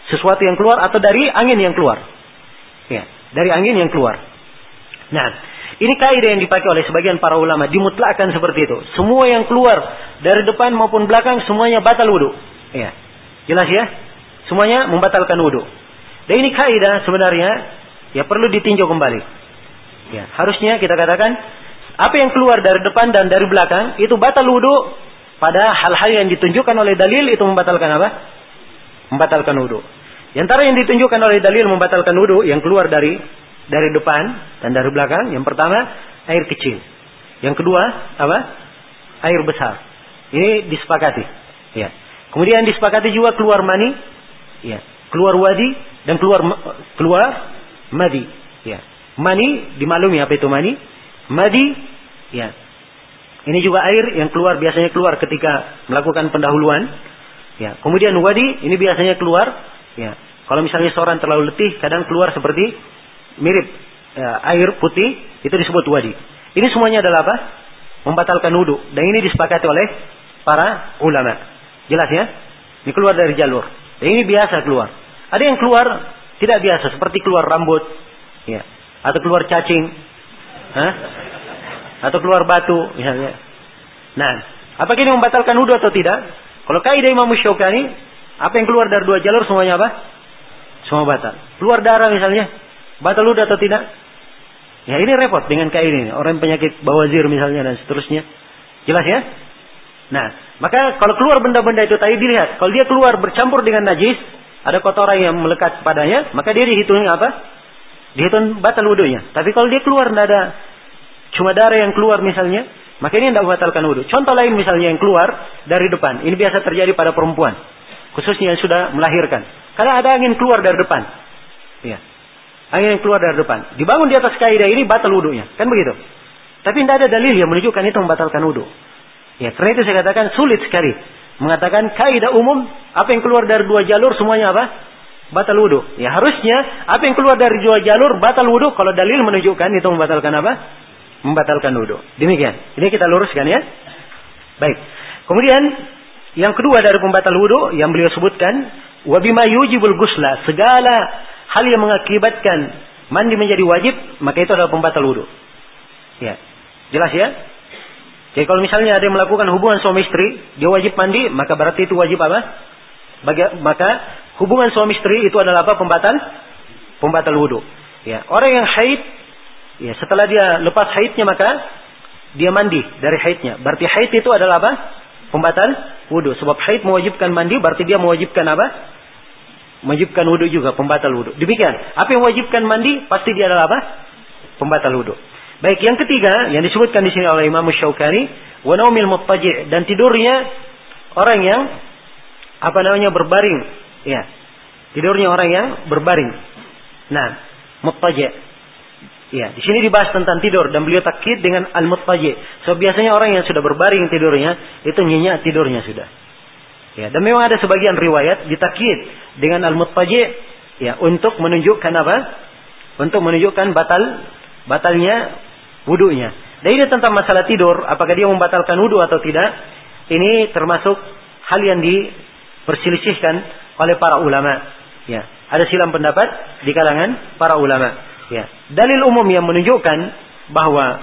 atau dari angin yang keluar? Ya, dari angin yang keluar. Nah, ini kaidah yang dipakai oleh sebagian para ulama, dimutlakkan seperti itu. Semua yang keluar dari depan maupun belakang semuanya batal wudu. Ya. Jelas ya? Semuanya membatalkan wudu. Dan ini kaidah sebenarnya ya perlu ditinjau kembali. Ya, harusnya kita katakan apa yang keluar dari depan dan dari belakang itu batal wudu pada hal-hal yang ditunjukkan oleh dalil itu membatalkan apa? Membatalkan wudu. Di antara yang ditunjukkan oleh dalil membatalkan wudu yang keluar dari depan dan dari belakang, yang pertama air kecil, yang kedua apa? Air besar. Ini disepakati. Ya. Kemudian disepakati juga keluar mani, ya, keluar wadi dan keluar madi. Ya. Mani dimaklumi apa itu mani? Madi, ya. Ini juga air yang keluar biasanya keluar ketika melakukan pendahuluan. Ya. Kemudian wadi ini biasanya keluar, ya. Kalau misalnya seorang terlalu letih, kadang keluar seperti mirip air putih, itu disebut wadi. Ini semuanya adalah apa? Membatalkan wudu. Dan ini disepakati oleh para ulama. Jelas ya? Ini keluar dari jalur. Dan ini biasa keluar. Ada yang keluar tidak biasa, seperti keluar rambut, ya, atau keluar cacing, atau keluar batu, misalnya. Nah, apakah ini membatalkan wudu atau tidak? Kalau kaidah Imam Syaukani, apa yang keluar dari 2 jalur semuanya apa? Semua batal. Keluar darah misalnya, batal wudu atau tidak? Ya, ini repot dengan kaidah ini. Orang penyakit bawazir misalnya dan seterusnya. Jelas ya? Nah, maka kalau keluar benda-benda itu tadi dilihat. Kalau dia keluar bercampur dengan najis, ada kotoran yang melekat padanya, maka dia dihitung apa? Dihitung batal wudunya. Tapi kalau dia keluar tidak ada, cuma darah yang keluar misalnya, maka ini tidak membatalkan wudu. Contoh lain misalnya yang keluar dari depan. Ini biasa terjadi pada perempuan, khususnya yang sudah melahirkan. Karena ada angin keluar dari depan. Ya. Angin yang keluar dari depan. Dibangun di atas kaidah ini batal wudunya. Kan begitu. Tapi tidak ada dalil yang menunjukkan itu membatalkan wudu. Ya, karena itu saya katakan sulit sekali mengatakan kaidah umum apa yang keluar dari 2 jalur semuanya apa? Batal wudu. Ya, harusnya apa yang keluar dari 2 jalur batal wudu kalau dalil menunjukkan itu membatalkan apa? Membatalkan wudu. Demikian. Ini kita luruskan ya. Baik. Kemudian yang kedua dari pembatal wudu yang beliau sebutkan wa bima yujibul ghusla, segala hal yang mengakibatkan mandi menjadi wajib, maka itu adalah pembatal wudu. Ya. Jelas ya? Jadi kalau misalnya ada yang melakukan hubungan suami istri, dia wajib mandi, maka berarti itu wajib apa? Maka hubungan suami istri itu adalah apa? Pembatal wudu. Ya. Orang yang haid, ya, setelah dia lepas haidnya maka dia mandi dari haidnya. Berarti haid itu adalah apa? Pembatal wudu. Sebab haid mewajibkan mandi, berarti dia mewajibkan apa? Mewajibkan wudu juga, pembatal wudu. Demikian. Apa yang mewajibkan mandi, pasti dia adalah apa? Pembatal wudu. Baik, yang ketiga yang disebutkan di sini oleh Imam Syaukani, wa naumil muttaji', dan tidurnya orang yang berbaring. Ya. Tidurnya orang yang berbaring. Nah, muttaji'. Ya, di sini dibahas tentang tidur dan beliau takkid dengan al-muttaji'. So biasanya orang yang sudah berbaring tidurnya itu nyenyak tidurnya sudah. Ya, dan memang ada sebagian riwayat ditakkid dengan al-muttaji', ya, untuk menunjukkan apa? Untuk menunjukkan batalnya wudunya. Dan ini tentang masalah tidur, apakah dia membatalkan wudu atau tidak? Ini termasuk hal yang diperselisihkan oleh para ulama. Ya, ada silang pendapat di kalangan para ulama. Ya, dalil umum yang menunjukkan bahwa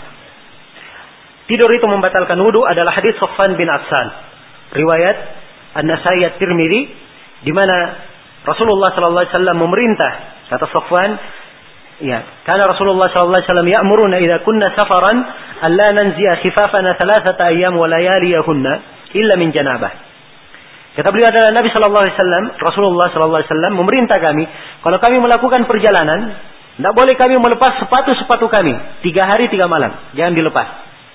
tidur itu membatalkan wudu adalah hadis Sofwan bin Affan, riwayat An-Nasai At-Tirmidzi, di mana Rasulullah sallallahu alaihi wasallam memerintah, kata Sofwan, ya, karena Rasulullah sallallahu alaihi wasallam ya'muruna idza kunna safaran alla nanzi'a khifafana thalathata ayyam wa layaliyahunna illa min janabah. Kata beliau adalah Nabi sallallahu alaihi wasallam, Rasulullah sallallahu alaihi wasallam memerintah kami, kalau kami melakukan perjalanan, tidak boleh kami melepas sepatu-sepatu kami 3 hari 3 malam, jangan dilepas.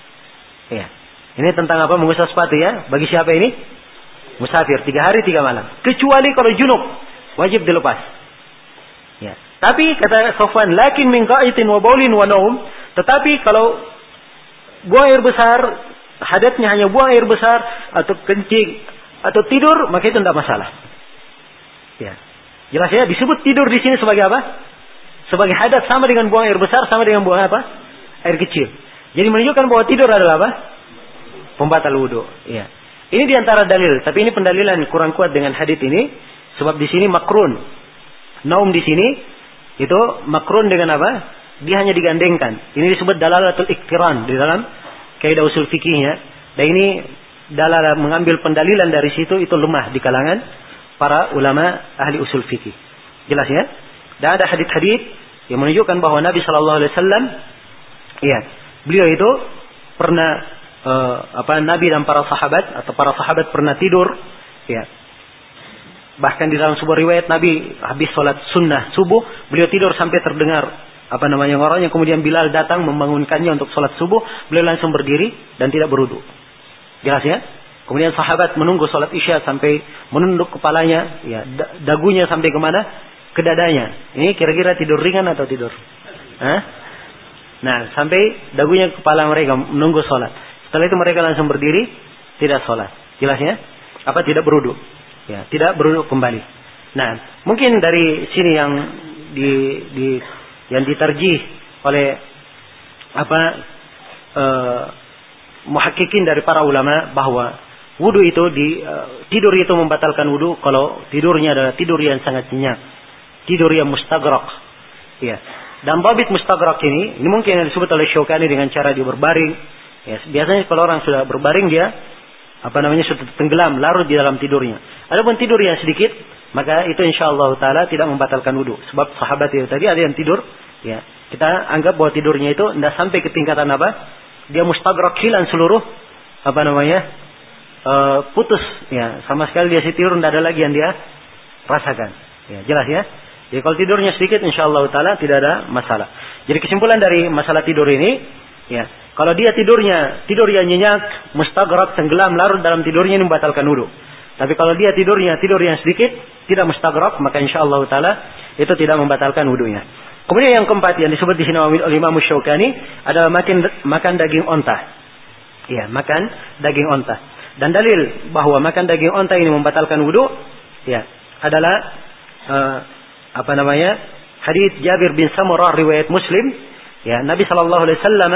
Ya. Ini tentang apa? Mengusah sepatu ya. Bagi siapa ini? Musafir 3 hari 3 malam. Kecuali kalau junub, wajib dilepas. Ya. Tapi kata Sofwan, lakin min qa'itin wa baulin wa naum, tetapi kalau buang air besar, hadatnya hanya buang air besar atau kencing atau tidur, maka itu tidak masalah. Ya. Jelas ya, disebut tidur di sini sebagai apa? Sebagai hadat, sama dengan buang air besar, sama dengan buang apa? Air kecil. Jadi menunjukkan bahwa tidur adalah apa? Pembatal wudu. Ya. Ini diantara dalil, tapi ini pendalilan kurang kuat dengan hadits ini, sebab di sini makrun. Naum di sini itu makrun dengan apa? Dia hanya digandengkan. Ini disebut dalalatul iktiran di dalam kaidah usul fikihnya. Dan ini dalalah mengambil pendalilan dari situ itu lemah di kalangan para ulama ahli usul fikih. Jelas ya? Dan ada hadits-hadits yang menunjukkan bahwa Nabi sallallahu alaihi wasallam, ya, beliau itu pernah Nabi dan para sahabat pernah tidur, ya. Bahkan di dalam sebuah riwayat Nabi habis sholat sunnah subuh, beliau tidur sampai terdengar orang yang kemudian Bilal datang membangunkannya untuk sholat subuh, beliau langsung berdiri dan tidak berwudu. Jelas ya? Kemudian sahabat menunggu sholat isya sampai menunduk kepalanya, ya, dagunya sampai kemana? Ke dadanya. Ini kira-kira tidur ringan atau tidur? Nah, sampai dagunya kepala mereka menunggu sholat. Setelah itu mereka langsung berdiri, tidak sholat. Jelas ya? Apa? Tidak berwudu. Ya, tidak berwudu kembali. Nah, mungkin dari sini yang ditarjih oleh muhakkikin dari para ulama bahwa wudu itu tidur itu membatalkan wudu kalau tidurnya adalah tidur yang sangat nyenyak, tidur yang mustaghraq. Ya. Dan babit mustaghraq ini mungkin yang disebut oleh Syaukani dengan cara dia berbaring. Ya, biasanya kalau orang sudah berbaring dia sudah tenggelam, larut di dalam tidurnya. Adapun tidur yang sedikit, maka itu insyaallah taala tidak membatalkan wudu. Sebab sahabat itu tadi ada yang tidur, ya. Kita anggap bahwa tidurnya itu tidak sampai ke tingkatan apa? Dia mustaghraq, hilang seluruh putus, ya. Sama sekali dia tidur, tidak ada lagi yang dia rasakan. Ya, jelas ya? Jadi kalau tidurnya sedikit insyaallah taala tidak ada masalah. Jadi kesimpulan dari masalah tidur ini, ya, kalau dia tidur yang nyenyak, mustaghraq, tenggelam, larut dalam tidurnya, ini membatalkan wudu. Tapi kalau dia tidur yang sedikit, tidak mustaghraq, maka insyaallah taala itu tidak membatalkan wudunya. Kemudian yang keempat yang disebut di sini oleh Imam Syaukani adalah makan daging onta. Ya, makan daging onta. Dan dalil bahwa makan daging onta ini membatalkan wudu, ya, adalah hadits Jabir bin Samurah riwayat Muslim. Ya, Nabi sallallahu alaihi wasallam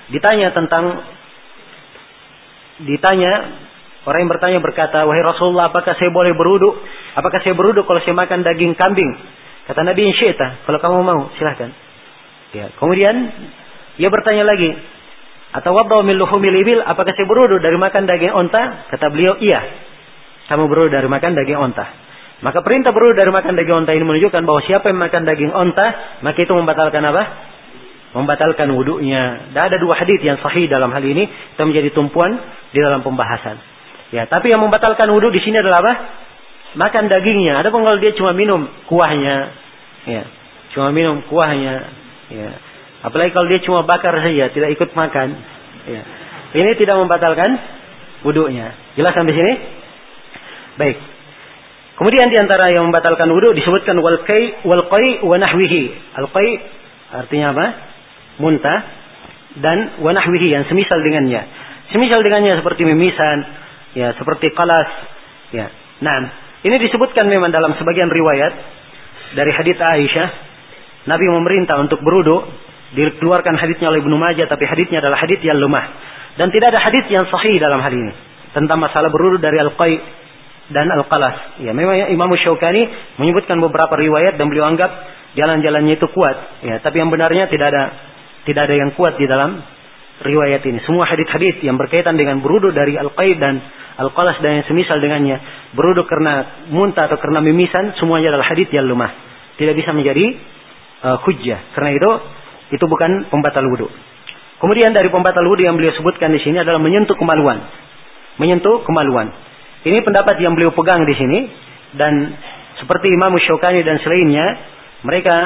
ditanya orang yang bertanya berkata, "Wahai Rasulullah, apakah saya boleh berwudu? Apakah saya berwudu kalau saya makan daging kambing?" Kata Nabi, "Insyi'ta, kalau kamu mau, silahkan." Ya, kemudian ia bertanya lagi, atawadda min luhumil ibil, apakah saya berwudu dari makan daging onta? Kata beliau, iya. Kamu berwudu dari makan daging onta. Maka perintah berwudu dari makan daging onta ini menunjukkan bahwa siapa yang makan daging onta, maka itu membatalkan apa? Membatalkan wudunya. Dan ada dua hadis yang sahih dalam hal ini, itu menjadi tumpuan di dalam pembahasan. Ya, tapi yang membatalkan wudu di sini adalah apa? Makan dagingnya. Ada kalau dia cuma minum kuahnya, ya, cuma minum kuahnya. Ya. Apalagi kalau dia cuma bakar saja, tidak ikut makan. Ya. Ini tidak membatalkan wudunya. Jelas sampai sini? Baik. Kemudian di antara yang membatalkan wudu disebutkan wal qai wa nahwihi. Al qai artinya apa? Muntah, dan wa nahwihi yang semisal dengannya. Semisal dengannya seperti mimisan, ya, seperti qalas, ya. Nah, ini disebutkan memang dalam sebagian riwayat dari hadits Aisyah. Nabi memerintah untuk berwudu, dikeluarkan haditsnya oleh Ibnu Majah, tapi haditsnya adalah hadits yang lemah. Dan tidak ada hadits yang sahih dalam hal ini tentang masalah berwudu dari al-qai dan al-qalas. Ya, memang Imam Syaukani menyebutkan beberapa riwayat dan beliau anggap jalan-jalannya itu kuat. Ya, tapi yang benarnya tidak ada yang kuat di dalam riwayat ini. Semua hadits-hadits yang berkaitan dengan berwudu dari al-qai dan al-qalas dan yang semisal dengannya, berwudu karena muntah atau karena mimisan, semuanya adalah hadits yang lemah. Tidak bisa menjadi hujjah. Karena itu bukan pembatal wudu. Kemudian dari pembatal wudu yang beliau sebutkan di sini adalah menyentuh kemaluan. Menyentuh kemaluan. Ini pendapat yang beliau pegang di sini, dan seperti Imam Syaukani dan selainnya, mereka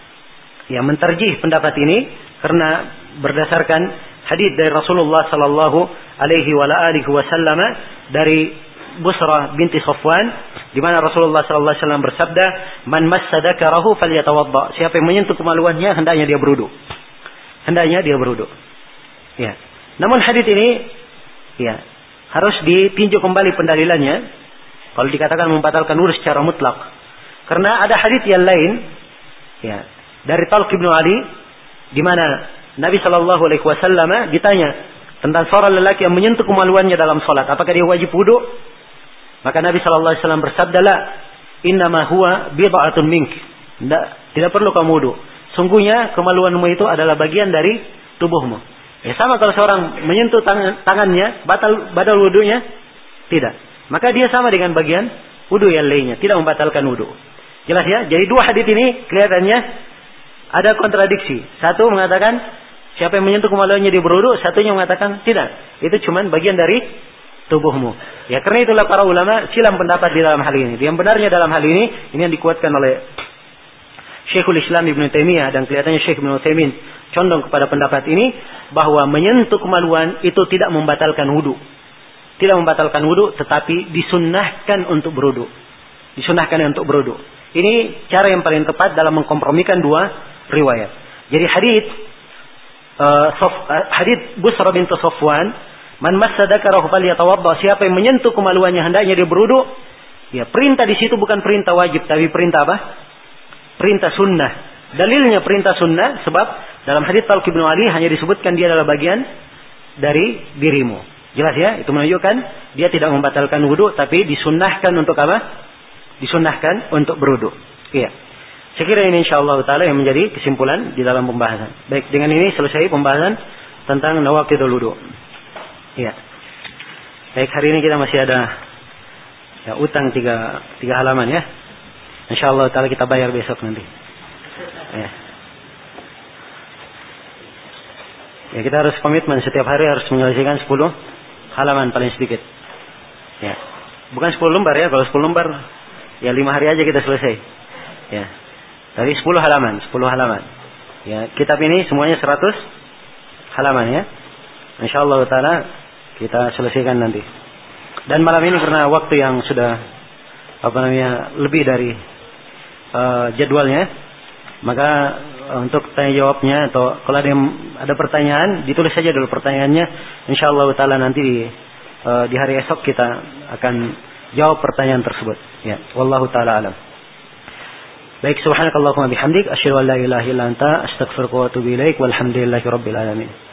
ya mentarjih pendapat ini karena berdasarkan hadis dari Rasulullah sallallahu alaihi wasallam dari Busrah binti Safwan, di mana Rasulullah sallallahu alaihi wasallam bersabda, "Man massa dzakarahu falyatawadda." Siapa yang menyentuh kemaluannya hendaknya dia berwudu. Hendaknya dia berwudu. Ya. Namun hadis ini ya harus ditinjau kembali pendalilannya kalau dikatakan membatalkan wudu secara mutlak. Karena ada hadis yang lain ya dari Talq bin Ali di mana Nabi sallallahu alaihi wasallam ditanya tentang seorang lelaki yang menyentuh kemaluannya dalam salat, apakah dia wajib wudu? Maka Nabi sallallahu alaihi wasallam bersabda, "La, innama huwa bid'atun mink." Tidak perlu kamu wudu. Sungguhnya kemaluanmu itu adalah bagian dari tubuhmu. Ya sama kalau seorang menyentuh tangannya, batal wudunya? Tidak. Maka dia sama dengan bagian wudu yang lainnya, tidak membatalkan wudu. Jelas ya? Jadi dua hadis ini kelihatannya ada kontradiksi. Satu mengatakan siapa yang menyentuh kemaluannya dia berwudu, satunya mengatakan tidak. Itu cuma bagian dari tubuhmu. Ya karena itulah para ulama silam pendapat di dalam hal ini. Yang benarnya dalam hal ini yang dikuatkan oleh Syekhul Islam Ibnu Taimiyah, dan kelihatannya Syekh Ibnu Utsaimin condong kepada pendapat ini, bahwa menyentuh kemaluan itu tidak membatalkan wudu. Tidak membatalkan wudu, tetapi disunnahkan untuk berwudu. Disunnahkan untuk berwudu. Ini cara yang paling tepat dalam mengkompromikan dua riwayat. Jadi hadits Busrah bint Safwan, "Man massa dzakarahu falyatawadda." Siapa yang menyentuh kemaluannya hendaknya dia berwudu. Ya, perintah di situ bukan perintah wajib, tapi perintah apa? Perintah sunnah. Dalilnya perintah sunnah sebab dalam hadits Talq bin Ali hanya disebutkan dia adalah bagian dari dirimu. Jelas ya? Itu menunjukkan dia tidak membatalkan wudu, tapi disunnahkan untuk apa? Disunnahkan untuk berwudu. Iya. Saya kira ini insyaallah taala yang menjadi kesimpulan di dalam pembahasan. Baik, dengan ini selesai pembahasan tentang nawaqidul wudu. Iya. Baik, hari ini kita masih ada ya utang tiga halaman ya. Insyaallah taala kita bayar besok nanti. Ya. Ya, kita harus komitmen setiap hari harus menyelesaikan 10 halaman paling sedikit. Ya. Bukan 10 lembar ya, kalau 10 lembar ya 5 hari aja kita selesai. Ya. Tapi 10 halaman. Ya, kitab ini semuanya 100 halaman ya. Insyaallah taala kita selesaikan nanti. Dan malam ini karena waktu yang sudah lebih dari jadwalnya, maka untuk tanya jawabnya atau kalau ada pertanyaan ditulis saja dulu pertanyaannya. Insyaallah taala nanti di hari esok kita akan jawab pertanyaan tersebut. Ya, wallahu taala alam. Baik, subhanakallahumma bihamdik asyhadu an la ilaha illa anta astaghfiruka wa atubu ilaik walhamdulillahirabbil alamin.